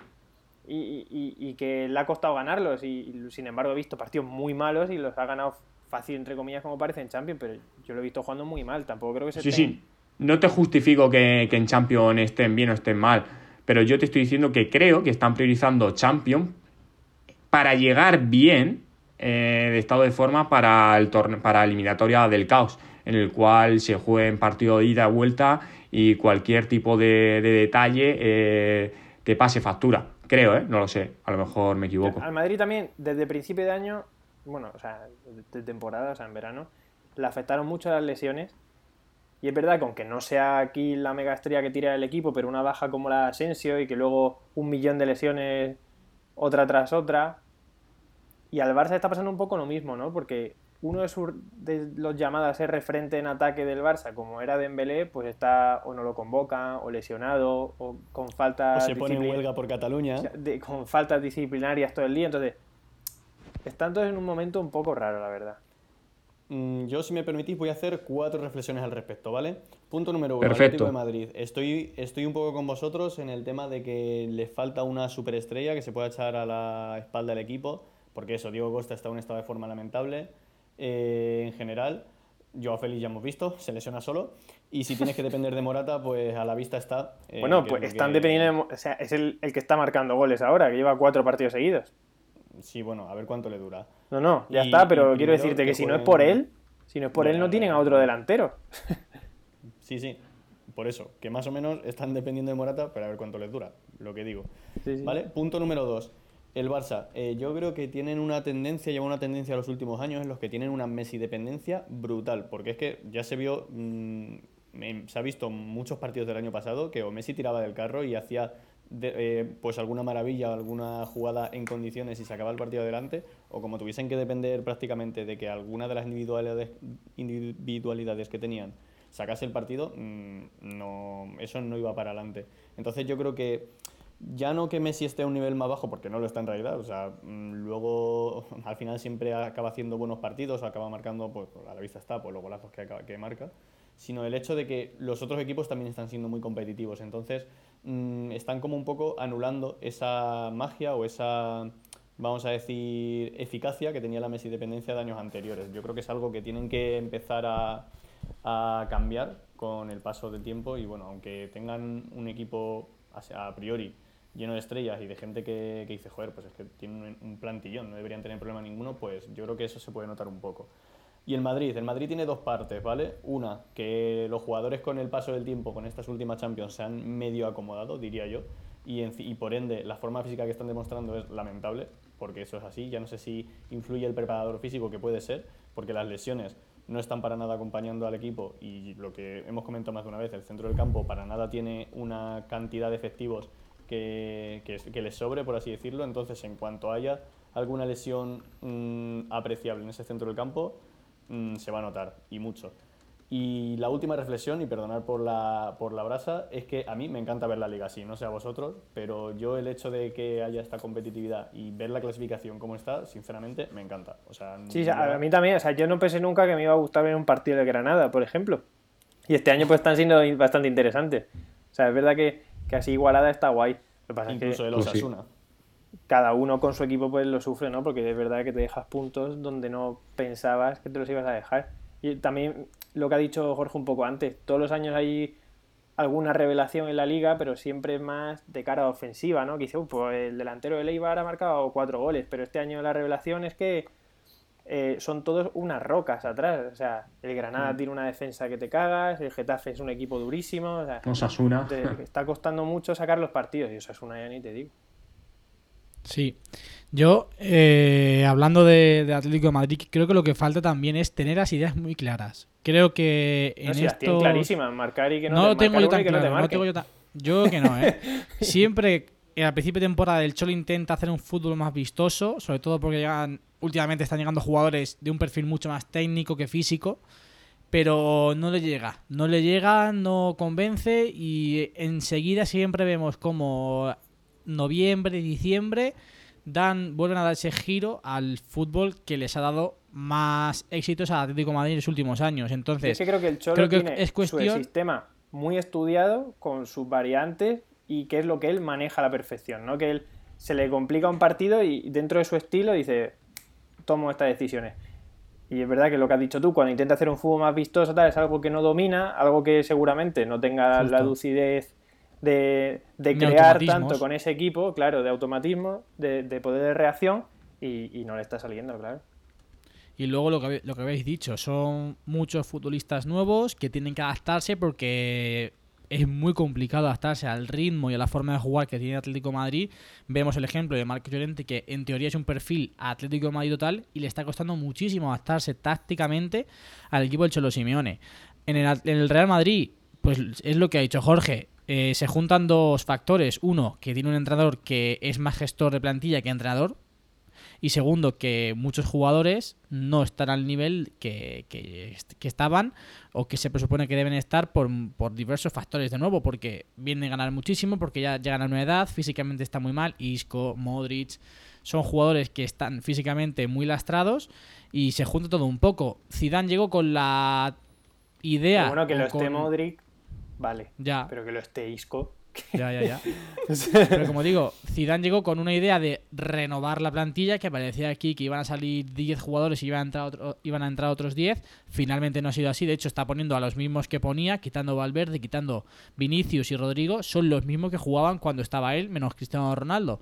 y que le ha costado ganarlos. Y sin embargo he visto partidos muy malos y los ha ganado fácil, entre comillas, como parece en Champions. Pero yo lo he visto jugando muy mal. Tampoco creo que se Sí. No te justifico que en Champions estén bien o estén mal, pero yo te estoy diciendo que creo que están priorizando Champions para llegar bien de estado de forma para para eliminatoria del caos, en el cual se jueguen partido de ida y vuelta y cualquier tipo de detalle te pase factura. Creo, no lo sé, a lo mejor me equivoco. Al Madrid también, desde principio de año, bueno, o sea, de temporada, o sea, en verano, le afectaron mucho las lesiones. Y es verdad que aunque no sea aquí la mega estrella que tira el equipo, pero una baja como la de Asensio y que luego 1.000.000 de lesiones otra tras otra. Y al Barça está pasando un poco lo mismo, ¿no? Porque uno de los llamados a ser referente en ataque del Barça, como era Dembélé, pues está o no lo convocan, o lesionado, o con faltas... O se pone en huelga por Cataluña. Con faltas disciplinarias todo el día. Entonces, están todos en un momento un poco raro, la verdad. Yo, si me permitís, voy a hacer 4 reflexiones al respecto, ¿vale? Punto número 1, Perfecto. Atlético de Madrid. Estoy un poco con vosotros en el tema de que le falta una superestrella que se pueda echar a la espalda del equipo, porque eso, Diego Costa está en un estado de forma lamentable. En general, Joao Félix ya hemos visto, se lesiona solo. Y si tienes que depender de Morata, pues a la vista está. Bueno, pues están dependiendo, o sea, es el que está marcando goles ahora, que lleva 4 partidos seguidos. Sí, bueno, a ver cuánto le dura. No, ya está, pero quiero decirte que si no es por él, Ya, no tienen a otro delantero. Sí, por eso, que más o menos están dependiendo de Morata, pero a ver cuánto les dura, lo que digo. Sí. ¿Vale? Punto número 2. El Barça, yo creo que tienen una tendencia, lleva una tendencia a los últimos años en los que tienen una Messi-dependencia brutal, porque es que ya se vio, se ha visto muchos partidos del año pasado que o Messi tiraba del carro y hacía pues alguna maravilla, alguna jugada en condiciones y sacaba el partido adelante, o como tuviesen que depender prácticamente de que alguna de las individualidades que tenían sacase el partido, eso no iba para adelante. Entonces yo creo que ya no que Messi esté a un nivel más bajo, porque no lo está en realidad, o sea, luego al final siempre acaba haciendo buenos partidos, acaba marcando, pues a la vista está, pues los golazos que marca, sino el hecho de que los otros equipos también están siendo muy competitivos, entonces están como un poco anulando esa magia o esa, vamos a decir, eficacia que tenía la Messi dependencia de años anteriores. Yo creo que es algo que tienen que empezar a cambiar con el paso del tiempo y bueno, aunque tengan un equipo a priori lleno de estrellas y de gente que dice, joder, pues es que tienen un plantillón, no deberían tener problema ninguno, pues yo creo que eso se puede notar un poco. Y el Madrid tiene 2 partes, ¿vale? Una, que los jugadores con el paso del tiempo, con estas últimas Champions, se han medio acomodado, diría yo, y por ende la forma física que están demostrando es lamentable, porque eso es así. Ya no sé si influye el preparador físico, que puede ser, porque las lesiones no están para nada acompañando al equipo y lo que hemos comentado más de una vez, el centro del campo para nada tiene una cantidad de efectivos que les sobre, por así decirlo. Entonces, en cuanto haya alguna lesión apreciable en ese centro del campo, se va a notar, y mucho. Y la última reflexión, y perdonar por la brasa, es que a mí me encanta ver la liga así, no sé a vosotros, pero yo el hecho de que haya esta competitividad y ver la clasificación como está, sinceramente, me encanta. O sea, Sí, a mí también. O sea, yo no pensé nunca que me iba a gustar ver un partido de Granada, por ejemplo. Y este año pues están siendo bastante interesantes. O sea, es verdad que así igualada está guay. Lo que pasa es incluso que el Pues sí. Osasuna. cada uno con su equipo pues lo sufre, ¿no? Porque es verdad que te dejas puntos donde no pensabas que te los ibas a dejar. Y también lo que ha dicho Jorge un poco antes, todos los años hay alguna revelación en la liga, pero siempre más de cara ofensiva, ¿no? Que dice, pues el delantero de Eibar ha marcado 4 goles, pero este año la revelación es que son todos unas rocas atrás. O sea, el Granada tiene una defensa que te cagas, el Getafe es un equipo durísimo, o sea, Osasuna. te está costando mucho sacar los partidos, y eso es una ya ni te digo. Sí. Yo, hablando de Atlético de Madrid, creo que lo que falta también es tener las ideas muy claras. Creo que No, en si las tienen estos... clarísimas, marcar y que no, No lo te tengo yo marcar uno tan y que no te claro, no lo marquen. tengo yo tan... Yo que no, ¿eh? Siempre, al principio de temporada, el Cholo intenta hacer un fútbol más vistoso, sobre todo porque últimamente están llegando jugadores de un perfil mucho más técnico que físico, pero no le llega, no convence, y enseguida siempre vemos como noviembre, diciembre vuelven a dar ese giro al fútbol que les ha dado más éxitos al Atlético de Madrid en los últimos años. Yo Entonces, es que creo que el Cholo creo que tiene es cuestión... su sistema muy estudiado, con sus variantes, y que es lo que él maneja a la perfección, ¿no? Que él se le complica un partido y dentro de su estilo dice, tomo estas decisiones. Y es verdad que lo que has dicho tú, cuando intenta hacer un fútbol más vistoso, tal, es algo que no domina, algo que seguramente no tenga la Justo. lucidez de Ni crear automatismos. tanto con ese equipo, claro, de automatismo, de poder de reacción, y no le está saliendo, claro. Y luego lo que habéis dicho, son muchos futbolistas nuevos que tienen que adaptarse, porque es muy complicado adaptarse al ritmo y a la forma de jugar que tiene Atlético de Madrid. Vemos el ejemplo de Marcos Llorente, que en teoría es un perfil Atlético de Madrid total, y le está costando muchísimo adaptarse tácticamente al equipo del Cholo Simeone. En el Real Madrid, pues es lo que ha dicho Jorge. Se juntan dos factores. Uno, que tiene un entrenador que es más gestor de plantilla que entrenador. Y segundo, que muchos jugadores no están al nivel que estaban, o que se presupone que deben estar por diversos factores. De nuevo, porque vienen a ganar muchísimo, porque ya llegan a una edad, físicamente está muy mal. Isco, Modric, son jugadores que están físicamente muy lastrados, y se junta todo un poco. Zidane llegó con la idea... Pero bueno, que o lo esté con- Modric, vale, Ya. pero que lo esté Isco. Ya. Pero como digo, Zidane llegó con una idea de renovar la plantilla, que parecía aquí que iban a salir 10 jugadores y iban a entrar otros 10. Finalmente no ha sido así. De hecho, está poniendo a los mismos que ponía, quitando Valverde, quitando Vinicius y Rodrigo. Son los mismos que jugaban cuando estaba él, menos Cristiano Ronaldo.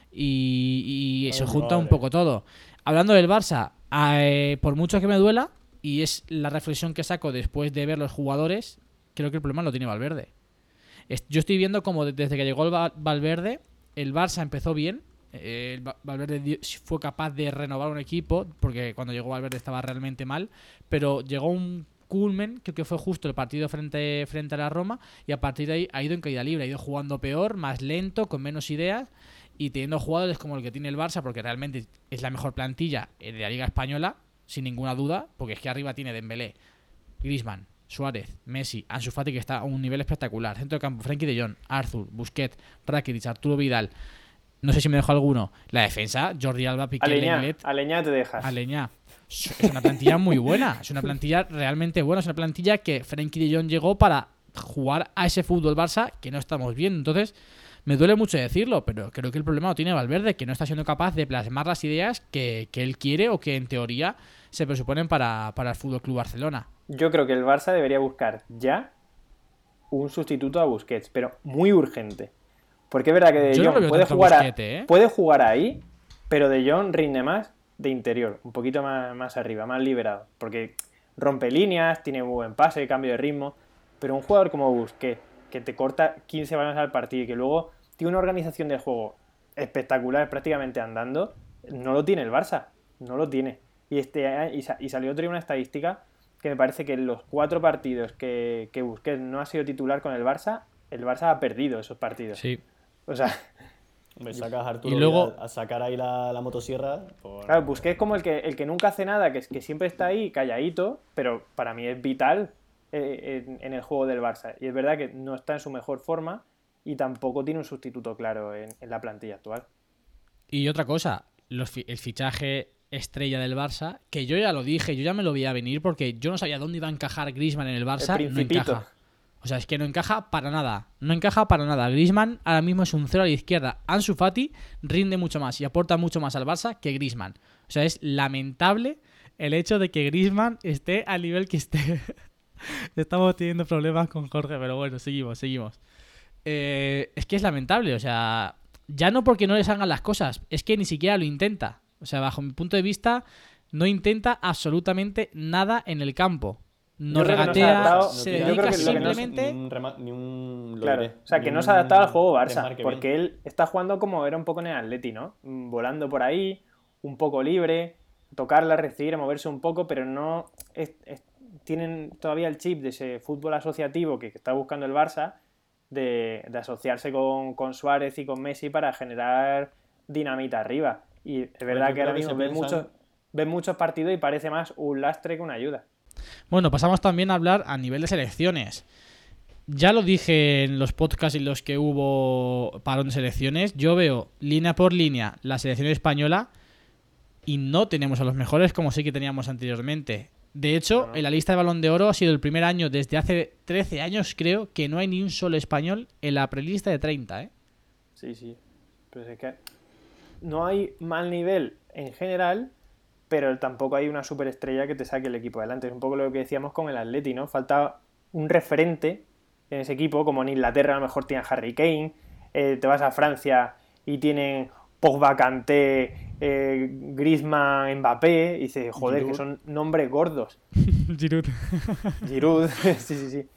Y se Ay, junta un madre. poco todo. Hablando del Barça, por mucho que me duela, y es la reflexión que saco después de ver los jugadores, creo que el problema lo tiene Valverde. Yo estoy viendo como desde que llegó el Valverde, el Barça empezó bien. Valverde fue capaz de renovar un equipo, porque cuando llegó Valverde estaba realmente mal, pero llegó un culmen, creo que fue justo el partido frente a la Roma, y a partir de ahí ha ido en caída libre, ha ido jugando peor, más lento, con menos ideas, y teniendo jugadores como el que tiene el Barça, porque realmente es la mejor plantilla de la Liga Española, sin ninguna duda, porque es que arriba tiene Dembélé, Griezmann, Suárez, Messi, Ansu Fati, que está a un nivel espectacular. Centro de campo, Frenkie de Jong, Arthur, Busquets, Rakitic, Arturo Vidal. No sé si me dejo alguno. La defensa, Jordi Alba, Piqué, Lenglet, A leñar te dejas. Aleñá. Es una plantilla muy buena. Es una plantilla realmente buena. Es una plantilla que Frenkie de Jong llegó para jugar a ese fútbol Barça que no estamos viendo. Entonces, me duele mucho decirlo, pero creo que el problema lo tiene Valverde, que no está siendo capaz de plasmar las ideas que él quiere, o que en teoría se presuponen para el FC Barcelona. Yo creo que el Barça debería buscar ya un sustituto a Busquets, pero muy urgente. Porque es verdad que De Yo no lo Jong veo puede tanto jugar, Busquets, ¿eh? puede jugar ahí, pero De Jong rinde más de interior, un poquito más arriba, más liberado. Porque rompe líneas, tiene muy buen pase, cambio de ritmo. Pero un jugador como Busquets, que te corta 15 balones al partido y que luego tiene una organización de juego espectacular, prácticamente andando, no lo tiene el Barça, no lo tiene. Y salió otro día una estadística que me parece que en los 4 partidos que Busquets no ha sido titular con el Barça ha perdido esos partidos. Sí. O sea, Me sacas a Arturo Y luego- a sacar ahí la motosierra. claro, Busquets es como el que nunca hace nada, que siempre está ahí calladito, pero para mí es vital en el juego del Barça. Y es verdad que no está en su mejor forma y tampoco tiene un sustituto claro en la plantilla actual. Y otra cosa, el fichaje estrella del Barça, que yo ya lo dije, yo ya me lo veía venir porque yo no sabía dónde iba a encajar Griezmann en el Barça. El No Principito. encaja. O sea, es que no encaja para nada. No encaja para nada. Griezmann ahora mismo es un 0 a la izquierda. Ansu Fati rinde mucho más y aporta mucho más al Barça que Griezmann. O sea, es lamentable el hecho de que Griezmann esté al nivel que esté. Estamos teniendo problemas con Jorge, pero bueno, seguimos. Es que es lamentable, o sea, ya no porque no les hagan las cosas, es que ni siquiera lo intenta. O sea, bajo mi punto de vista, no intenta absolutamente nada en el campo. No Yo creo que no se ha regatea, adaptado- se yo dedica creo que lo que no es simplemente... Ni un Claro, logré, o sea, que ni no se ha adaptado al juego un Barça, desmarque porque bien. él está jugando como era un poco en el Atleti, ¿no? Volando por ahí, un poco libre, tocarla, recibir, moverse un poco, pero no tienen todavía el chip de ese fútbol asociativo que está buscando el Barça, de asociarse con Suárez y con Messi para generar dinamita arriba. Y es verdad yo que ahora creo que mismo se piensan- ves muchos partidos y parece más un lastre que una ayuda. Bueno, pasamos también a hablar a nivel de selecciones. Ya lo dije en los podcasts en los que hubo parón de selecciones. Yo veo línea por línea la selección española y no tenemos a los mejores como sí que teníamos anteriormente. De hecho, No. en la lista de Balón de Oro ha sido el primer año desde hace 13 años, creo, que no hay ni un solo español en la prelista de 30, ¿eh? Sí. Pues es que no hay mal nivel en general, pero tampoco hay una superestrella que te saque el equipo adelante. Es un poco lo que decíamos con el Atleti, ¿no? Falta un referente en ese equipo, como en Inglaterra a lo mejor tienen Harry Kane, te vas a Francia y tienen Pogba, Kanté, Griezmann, Mbappé, y dices, joder, Giroud. que son nombres gordos. Giroud. Giroud, sí.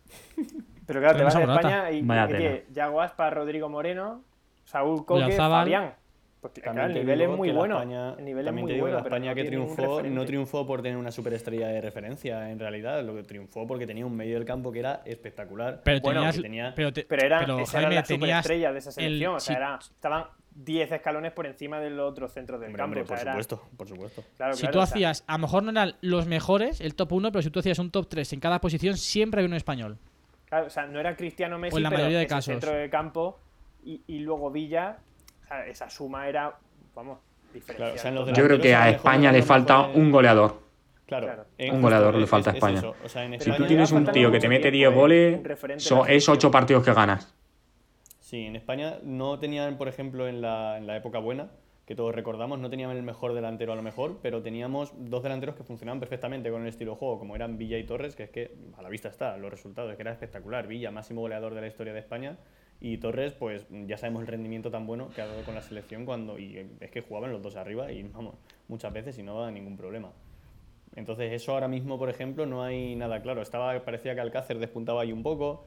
Pero claro, te Tenemos vas a a Morata. España y Vaya ¿qué tela. tiene? Yago Aspas, Rodrigo Moreno, Saúl Coque, Oyarzabal. Fabián. Pues claro, el te nivel es digo muy que la bueno. España- El nivel es también muy te digo, bueno, la pero España no que tiene ningún triunfó no referente. triunfó por tener una superestrella de referencia, en realidad. Lo que triunfó porque tenía un medio del campo que era espectacular. Pero Bueno, tenías, que tenía- Pero esas eran Jaime, las tenías superestrellas de esa selección. el- O sea, si- estaban 10 escalones por encima de los otros centros del Hombre, campo. hombre, o sea, por era- supuesto, por supuesto. Claro, si claro, tú o sea, hacías, a lo mejor no eran los mejores, el top 1, pero si tú hacías un top 3 en cada posición, siempre había un español. claro, o sea, no era Cristiano Messi, O en la pero mayoría de ese casos. centro de campo y luego Villa, o sea, esa suma era, vamos, diferencial. Claro, o sea, en los Yo creo delanteros que a lo mejor España de le lo falta mejor es- un goleador. Claro, Claro. Un goleador le falta a España. eso. O sea, en Pero Si España, tú tienes un falta tío que mucho te mete tiempo, 10 goles, un referente de eso la es selección. 8 partidos que ganas. sí, en España no tenían, por ejemplo, en la época buena, que todos recordamos, no teníamos el mejor delantero a lo mejor, pero teníamos 2 delanteros que funcionaban perfectamente con el estilo de juego, como eran Villa y Torres, que es que a la vista está los resultados, es que era espectacular. Villa, máximo goleador de la historia de España, y Torres, pues ya sabemos el rendimiento tan bueno que ha dado con la selección y es que jugaban los dos arriba y vamos, muchas veces y no daba ningún problema. Entonces eso ahora mismo, por ejemplo, no hay nada claro. Parecía que Alcácer despuntaba ahí un poco,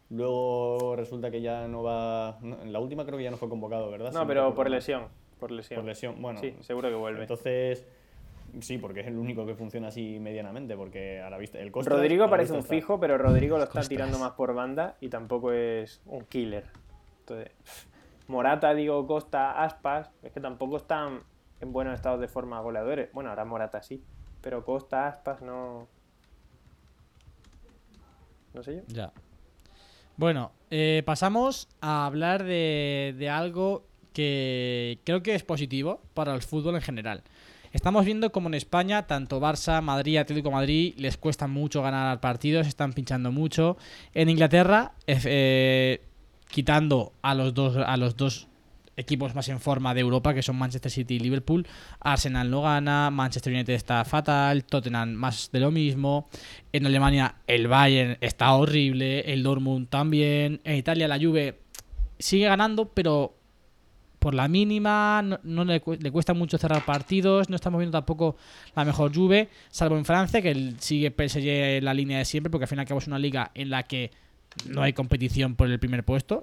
luego resulta que ya no va... en la última creo que ya no fue convocado, ¿verdad? No, Si pero recuerdo por mal. lesión. Por lesión. Por lesión, bueno. Sí, seguro que vuelve. Entonces, sí, porque es el único que funciona así medianamente, porque a la vista... El Costas, Rodrigo a la parece vista un está. fijo, pero Rodrigo lo está Costas. tirando más por banda y tampoco es un killer. Entonces, Morata, digo, Costa, Aspas, es que tampoco están en buenos estados de forma goleadores. Bueno, ahora Morata sí, pero Costa, Aspas no... No sé yo. Ya. Bueno, pasamos a hablar de algo que creo que es positivo para el fútbol en general. Estamos viendo como en España, tanto Barça, Madrid, Atlético de Madrid, les cuesta mucho ganar partidos, están pinchando mucho. En Inglaterra, quitando a los dos equipos más en forma de Europa, que son Manchester City y Liverpool, Arsenal no gana, Manchester United está fatal, Tottenham más de lo mismo. En Alemania el Bayern está horrible, el Dortmund también. En Italia la Juve sigue ganando, pero por la mínima, no le cuesta mucho cerrar partidos, no estamos viendo tampoco la mejor Juve, salvo en Francia, que sigue PSG en la línea de siempre, porque al fin y al cabo es una liga en la que no hay competición por el primer puesto.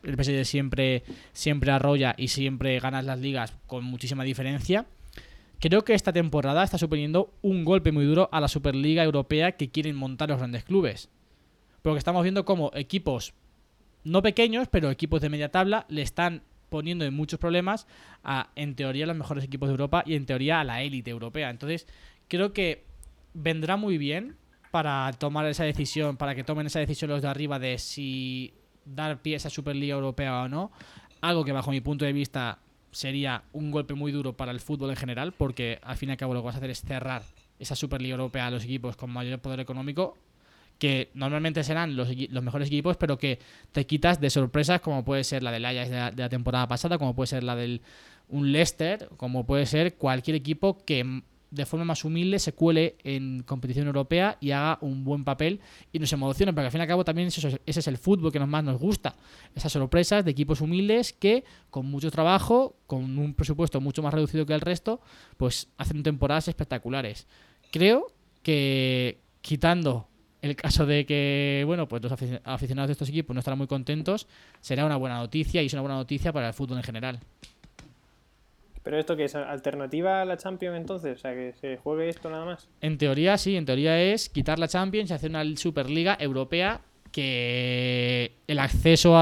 el PSG siempre arrolla y siempre ganas las ligas con muchísima diferencia. Creo que esta temporada está suponiendo un golpe muy duro a la Superliga Europea que quieren montar los grandes clubes. Porque estamos viendo como equipos, no pequeños, pero equipos de media tabla, le están poniendo en muchos problemas a, en teoría, los mejores equipos de Europa y en teoría a la élite europea. Entonces, creo que vendrá muy bien para tomar esa decisión, para que tomen esa decisión los de arriba de si dar pie a esa Superliga Europea o no. Algo que bajo mi punto de vista sería un golpe muy duro para el fútbol en general, porque al fin y al cabo lo que vas a hacer es cerrar esa Superliga Europea a los equipos con mayor poder económico, que normalmente serán los mejores equipos, pero que te quitas de sorpresas como puede ser la del Ajax de la temporada pasada, como puede ser la del un Leicester, como puede ser cualquier equipo que de forma más humilde se cuele en competición europea y haga un buen papel y nos emocione, porque al fin y al cabo también ese es el fútbol que más nos gusta, esas sorpresas de equipos humildes que con mucho trabajo, con un presupuesto mucho más reducido que el resto, pues hacen temporadas espectaculares. Creo que, quitando el caso de que, bueno, pues los aficionados de estos equipos no estarán muy contentos, será una buena noticia y es una buena noticia para el fútbol en general. ¿Pero esto qué es? ¿Alternativa a la Champions entonces? O sea, que se juegue esto nada más. En teoría sí, en teoría es quitar la Champions y hacer una Superliga Europea que el acceso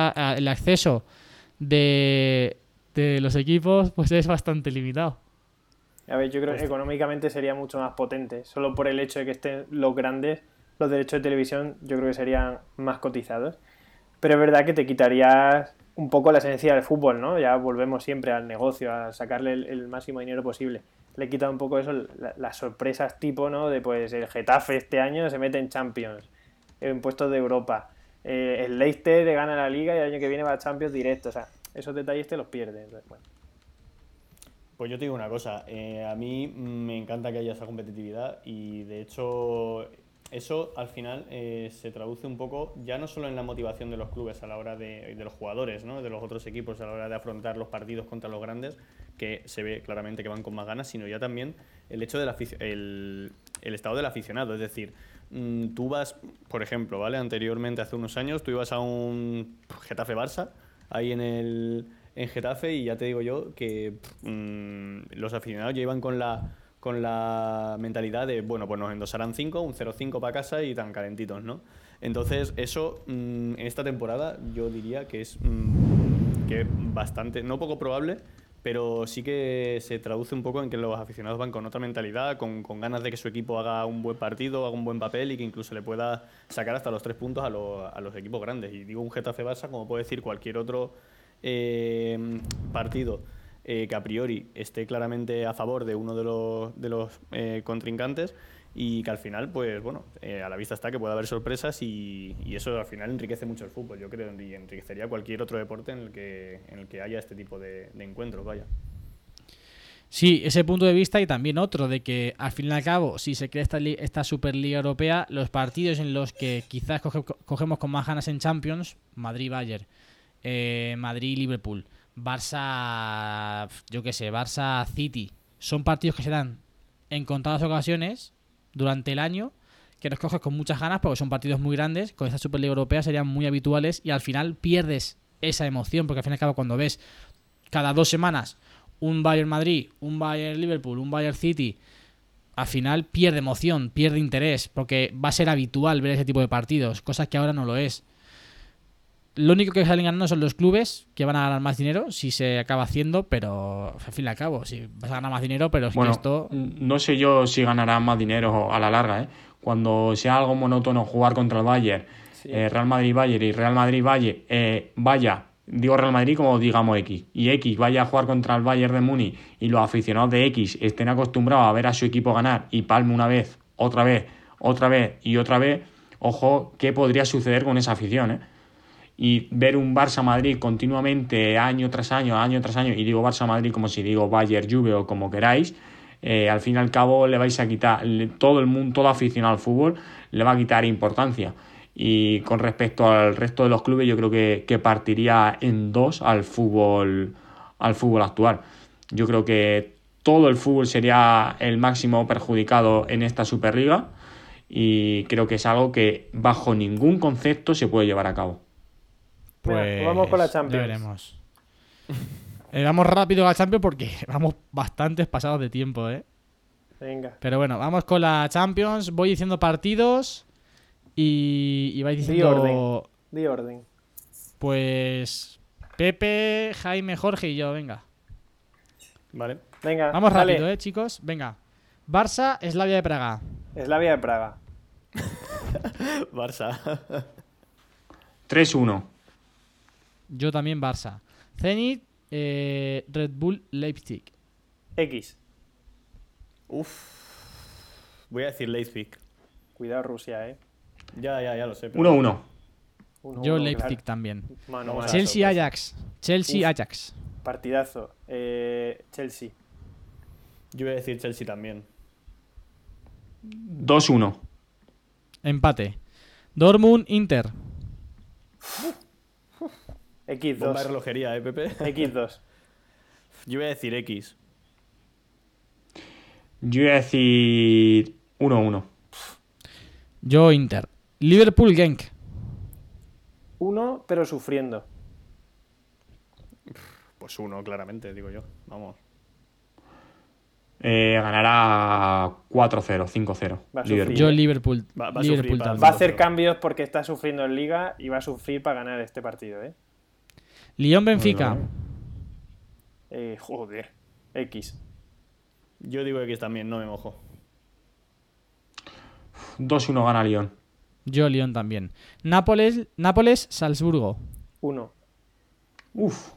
de los equipos pues es bastante limitado. A ver, yo creo que económicamente sería mucho más potente. Solo por el hecho de que estén los grandes, los derechos de televisión, yo creo que serían más cotizados. Pero es verdad que te quitarías un poco la esencia del fútbol, ¿no? Ya volvemos siempre al negocio, a sacarle el máximo dinero posible. Le quita un poco eso, las sorpresas tipo, ¿no? De pues el Getafe este año se mete en Champions, en puestos de Europa. El Leicester gana la Liga y el año que viene va a Champions directo. O sea, esos detalles te los pierdes. Entonces, bueno. Pues yo te digo una cosa, a mí me encanta que haya esa competitividad y de hecho eso al final se traduce un poco ya no solo en la motivación de los clubes a la hora de los jugadores, ¿no? De los otros equipos a la hora de afrontar los partidos contra los grandes, que se ve claramente que van con más ganas, sino ya también el hecho del el estado del aficionado. Es decir, tú vas, por ejemplo, ¿vale? Anteriormente, hace unos años, tú ibas a un Getafe-Barça, ahí en Getafe, y ya te digo yo que los aficionados ya iban con la mentalidad de, bueno, pues nos endosarán 5, un 0-5 para casa y tan calentitos, ¿no? Entonces, eso en esta temporada yo diría que es que bastante, no poco probable, pero sí que se traduce un poco en que los aficionados van con otra mentalidad, con ganas de que su equipo haga un buen partido, haga un buen papel y que incluso le pueda sacar hasta los 3 puntos a los equipos grandes. Y digo un Getafe-Barça, como puede decir cualquier otro partido que a priori esté claramente a favor de uno de los contrincantes y que al final, pues bueno, a la vista está que puede haber sorpresas y eso al final enriquece mucho el fútbol, yo creo, y enriquecería cualquier otro deporte en el que haya este tipo de encuentros, vaya. Sí, ese punto de vista y también otro de que al fin y al cabo, si se crea esta Superliga Europea, los partidos en los que quizás cogemos con más ganas en Champions, Madrid-Bayern, Madrid-Liverpool, Barça, yo qué sé, Barça-City, son partidos que se dan en contadas ocasiones durante el año, que los coges con muchas ganas porque son partidos muy grandes. Con esta Superliga Europea serían muy habituales y al final pierdes esa emoción, porque al fin y al cabo cuando ves cada 2 semanas un Bayern-Madrid, un Bayern-Liverpool, un Bayern-City, al final pierde emoción, pierde interés, porque va a ser habitual ver ese tipo de partidos, cosas que ahora no lo es. Lo único que salen ganando son los clubes, que van a ganar más dinero si se acaba haciendo, pero al fin y al cabo, si vas a ganar más dinero, pero es bueno, que esto... No sé yo si ganarán más dinero a la larga, ¿eh? Cuando sea algo monótono jugar contra el Bayern, sí. Real Madrid-Bayern y Real Madrid-Bayern, digo Real Madrid como digamos X, y X vaya a jugar contra el Bayern de Múnich y los aficionados de X estén acostumbrados a ver a su equipo ganar y palme una vez, otra vez y otra vez, ojo, ¿qué podría suceder con esa afición, Y ver un Barça-Madrid continuamente año tras año, y digo Barça-Madrid como si digo Bayern-Juve o como queráis, al fin y al cabo le vais a quitar, todo el mundo, todo aficionado al fútbol le va a quitar importancia. Y con respecto al resto de los clubes, yo creo que partiría en 2 al fútbol actual. Yo creo que todo el fútbol sería el máximo perjudicado en esta Superliga y creo que es algo que bajo ningún concepto se puede llevar a cabo. Pues vamos con la ya Champions. veremos. Vamos rápido a la Champions porque vamos bastantes pasados de tiempo, ¿eh? Venga. Pero bueno, vamos con la Champions. Voy diciendo partidos y vais Di diciendo... orden. Pues Pepe, Jaime, Jorge y yo, venga. Vale. Venga, Vamos dale. rápido, chicos. Venga. Barça, Slavia de Praga. Slavia de Praga. Barça. 3-1. Yo también Barça. Zenit, Red Bull, Leipzig. X. Voy a decir Leipzig. Cuidado Rusia, Ya lo sé. pero- 1-1. Yo 1-1, Leipzig claro. también. Mano, Vamos mano. a- Chelsea, sorpresa. Ajax. Chelsea, Uf. Ajax. Partidazo. Chelsea. Yo voy a decir Chelsea también. 2-1. Empate. Dortmund, Inter. Bomba de X2. relojería, Pepe. X2. Yo voy a decir X. Yo voy a decir 1-1. Yo Inter. Liverpool, Genk. 1, pero sufriendo. Pues 1, claramente, digo yo. Vamos. Ganará 4-0, 5-0. Va a Liverpool. sufrir. Yo Liverpool. Va a Liverpool sufrir para- también. Va a hacer 5-0. cambios porque está sufriendo en Liga y va a sufrir para ganar este partido, Lyon, Benfica. Joder. X. Yo digo X también, no me mojo. 2-1 gana Lyon. Yo Lyon también. Nápoles, Salzburgo. 1. Uf.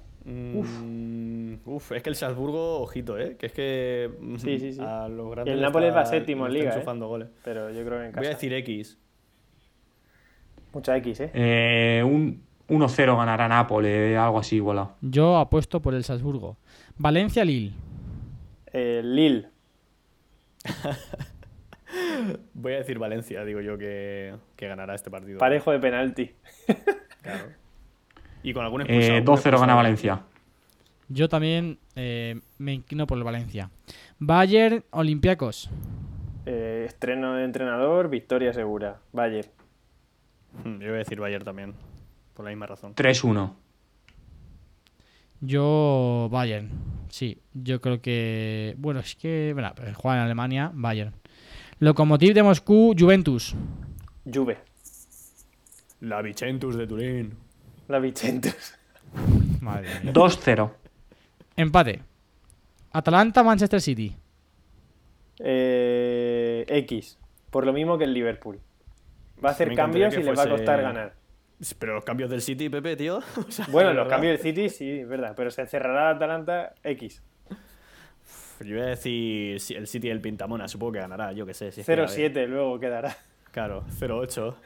Es que el Salzburgo, ojito, que es que Sí. a los Y grandes el le Nápoles está- va séptimo en le está Liga, enchufando goles. Pero yo creo que en casa. Voy a decir X. Mucha X, 1-0 ganará Nápoles, algo así, igualado. Yo apuesto por el Salzburgo. Valencia, Lille. Lille. Voy a decir Valencia, digo yo que ganará este partido. Parejo de penalti. Claro. Y con algún expulsado. 2-0 gana Valencia. Yo también me inclino por el Valencia. Bayern, Olympiacos. Estreno de entrenador, victoria segura. Bayern. Yo voy a decir Bayern también. Por la misma razón. 3-1. Yo Bayern. Sí, yo creo que... Bueno, es que... Bueno, pero juega en Alemania, Bayern. Lokomotiv de Moscú, Juventus. Juve. La Vicentus de Turín. La Vicentus. Madre mía. 2-0. Empate. Atalanta, Manchester City. X. Por lo mismo que el Liverpool. Va a hacer Me cambios encantaría y que le va a fuese- costar ganar. Pero los cambios del City, Pepe, tío. O sea, Bueno, de los verdad. cambios del City sí, es verdad. Pero se encerrará el Atalanta X. Yo voy a decir el City del Pintamona. Supongo que ganará, yo qué sé. Si es que, a ver, 0-7 luego quedará. Claro, 0-8.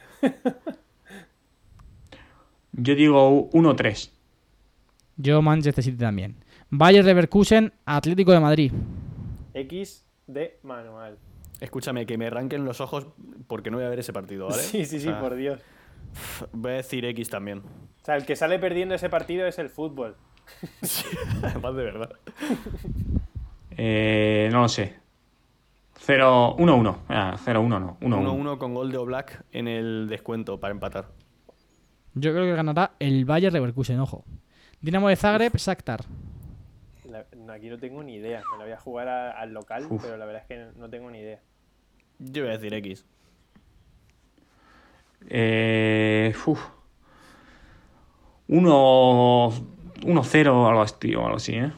Yo digo 1-3. Yo Manchester City también. Bayer Leverkusen, Atlético de Madrid. X de manual. Escúchame, que me arranquen los ojos porque no voy a ver ese partido, ¿vale? Sí, O sea, por Dios. Voy a decir X también. O sea, el que sale perdiendo ese partido es el fútbol. Además de verdad. No lo sé. 1-1. 0-1 no. 1-1. 1-1 con gol de Oblak en el descuento para empatar. Yo creo que ganará el Bayer Leverkusen, ojo. Dinamo de Zagreb, Shakhtar. Aquí no tengo ni idea. Me la voy a jugar al local, Uf. pero la verdad es que no tengo ni idea. Yo voy a decir X. 1-0 algo así, o algo así, ¿eh?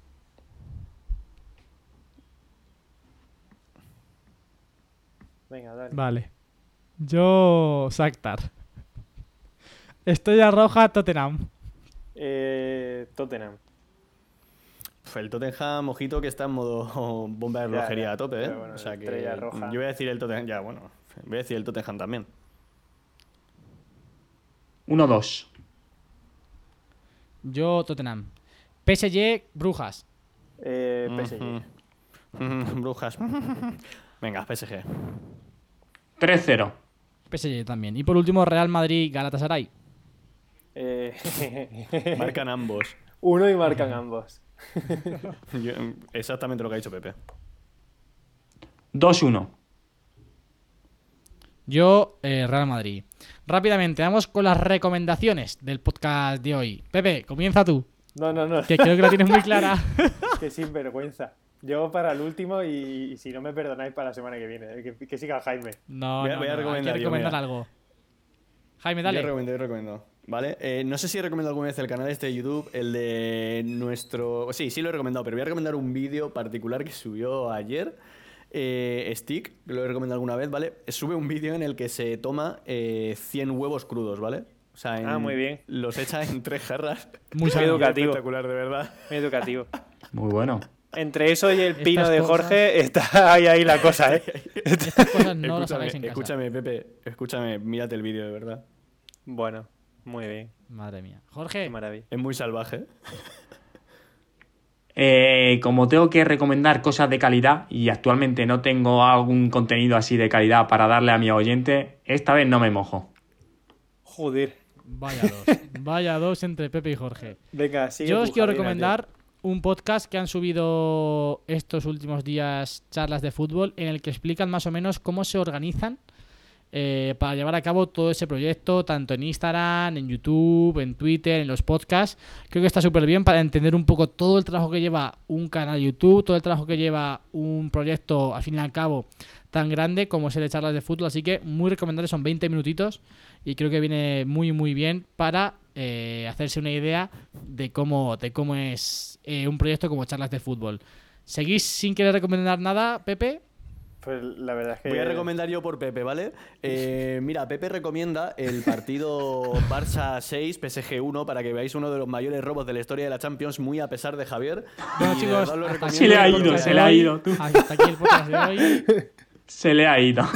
Venga, dale. Vale. Yo Shakhtar. Estrella Roja, Tottenham. Tottenham. El Tottenham, ojito, que está en modo bomba de Ya, relojería ya, a tope, ¿eh? pero bueno, O sea que estrella roja. yo voy a decir el Tottenham. Ya, bueno. Voy a decir el Tottenham también. 1-2. Yo Tottenham. PSG, Brujas. PSG. Brujas. Venga, PSG. 3-0. PSG también. Y por último, Real Madrid, Galatasaray. Marcan ambos. Uno y marcan ambos. Exactamente lo que ha dicho Pepe. 2-1. Yo, Real Madrid. Rápidamente, vamos con las recomendaciones del podcast de hoy. Pepe, comienza tú, No. que creo que la tienes muy clara. Qué sinvergüenza. Yo para el último y si no me perdonáis para la semana que viene. Que siga Jaime. No, Voy a no, hay recomendar que yo, recomendar mira. algo. Jaime, Yo dale. recomiendo. ¿Vale? No sé si he recomendado alguna vez el canal este de YouTube, el de nuestro... Sí lo he recomendado, pero voy a recomendar un vídeo particular que subió ayer. Stick, que lo he recomendado alguna vez, ¿vale? Sube un vídeo en el que se toma 100 huevos crudos, ¿vale? O sea, muy bien. Los echa en 3 jarras. Muy sano. educativo. Espectacular, de verdad. Muy educativo. Muy bueno. Entre eso y el pino Estas de cosas- Jorge está ahí la cosa, ¿eh? Estas cosas no las hagáis en casa. Escúchame, Pepe. Escúchame, mírate el vídeo, de verdad. Bueno, muy bien. Madre mía. Qué Jorge, maravilla. Es muy salvaje. Como tengo que recomendar cosas de calidad y actualmente no tengo algún contenido así de calidad para darle a mi oyente, esta vez no me mojo. Joder. vaya dos entre Pepe y Jorge. Venga, sigue Yo tú, os quiero Javier. recomendar un podcast que han subido estos últimos días, charlas de fútbol, en el que explican más o menos cómo se organizan para llevar a cabo todo ese proyecto, tanto en Instagram, en YouTube, en Twitter, en los podcasts. Creo que está súper bien para entender un poco todo el trabajo que lleva un canal YouTube, todo el trabajo que lleva un proyecto, al fin y al cabo, tan grande como es el de charlas de fútbol. Así que muy recomendable, son 20 minutitos y creo que viene muy muy bien para hacerse una idea de cómo es un proyecto como charlas de fútbol. ¿Seguís sin querer recomendar nada, Pepe? Pues la verdad es que... Voy a recomendar yo por Pepe, ¿vale? Mira, Pepe recomienda el partido Barça 6, PSG 1, para que veáis uno de los mayores robos de la historia de la Champions, muy a pesar de Javier. Bueno, Y de chicos, verdad lo hasta recomiendo. aquí Se le ha el ido, podcast se de le ha hoy. ido, tú. Hasta aquí el podcast de hoy. Se le ha ido.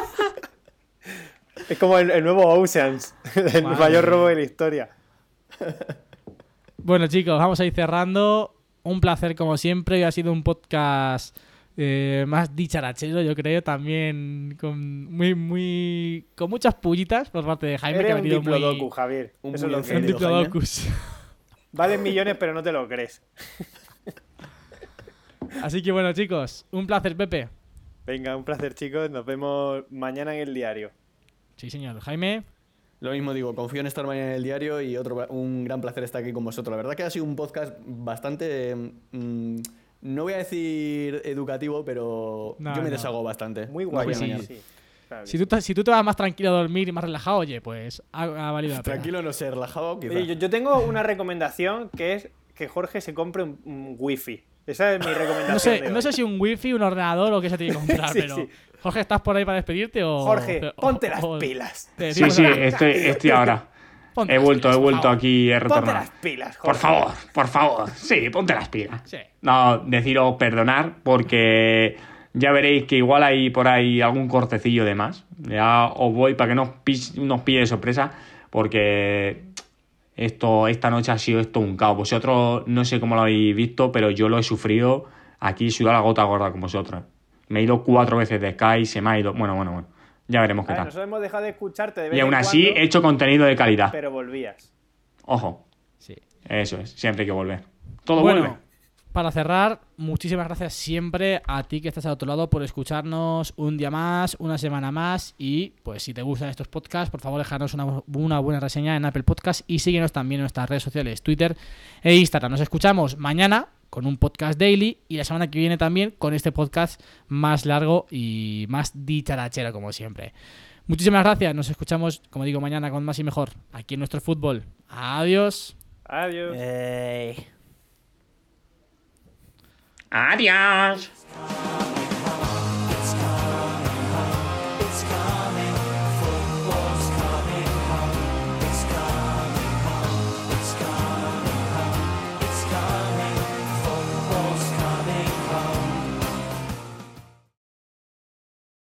Es como el nuevo Oceans, el Madre mayor mía. robo de la historia. Bueno, chicos, vamos a ir cerrando. Un placer, como siempre. Hoy ha sido un podcast más dicharachero, yo creo. También con con muchas pullitas por parte de Jaime, que Eres ha un venido muy... diplodocus, Javier. Un Eso es muy lo que Un eres. encendido. diplodocus. Valen millones, pero no te lo crees. Así que bueno, chicos, un placer, Pepe. Venga, un placer, chicos. Nos vemos mañana en el diario. Sí, señor. Jaime. Lo mismo digo, confío en estar mañana en el diario y un gran placer estar aquí con vosotros. La verdad que ha sido un podcast bastante, no voy a decir educativo, pero No, yo me no. deshago bastante. Muy No guay. voy a sí, engañar. sí. Claro que Si tú te vas más tranquilo a dormir y más relajado, oye, pues ha valido la pena. Tranquilo, no sé, relajado, quizá. Oye, yo tengo una recomendación que es que Jorge se compre un wifi. Esa es mi recomendación. No sé si un wifi, un ordenador o qué se tiene que comprar, Sí, pero... sí. Jorge, ¿estás por ahí para despedirte o...? Jorge, ponte las o- pilas. te Sí, decimos sí, ahora, estoy ahora. ponte He las vuelto pilas, por favor. aquí, he Ponte retornado. las pilas, Por Jorge. favor, por favor. Sí, ponte las pilas. Sí. No, deciros perdonar porque ya veréis que igual hay por ahí algún cortecillo de más. Ya os voy para que no nos pille de sorpresa porque esta noche ha sido esto un caos. Vosotros no sé cómo lo habéis visto, pero yo lo he sufrido aquí, sudado la gota gorda con vosotros. Me he ido 4 veces de Sky, se me ha ido... Bueno. Ya veremos A qué ver, tal. nosotros hemos dejado de escucharte de vez Y aún en así cuando, he hecho contenido de calidad. pero volvías. Ojo, Sí. eso es. Siempre hay que volver. Todo Bueno, vuelve. para cerrar, muchísimas gracias siempre a ti que estás al otro lado por escucharnos un día más, una semana más. Y pues si te gustan estos podcasts, por favor, déjanos una buena reseña en Apple Podcast y síguenos también en nuestras redes sociales, Twitter e Instagram. Nos escuchamos mañana con un podcast daily y la semana que viene también con este podcast más largo y más dicharachero, como siempre. Muchísimas gracias. Nos escuchamos, como digo, mañana con más y mejor aquí en nuestro fútbol. Adiós. Adiós. Adiós. coming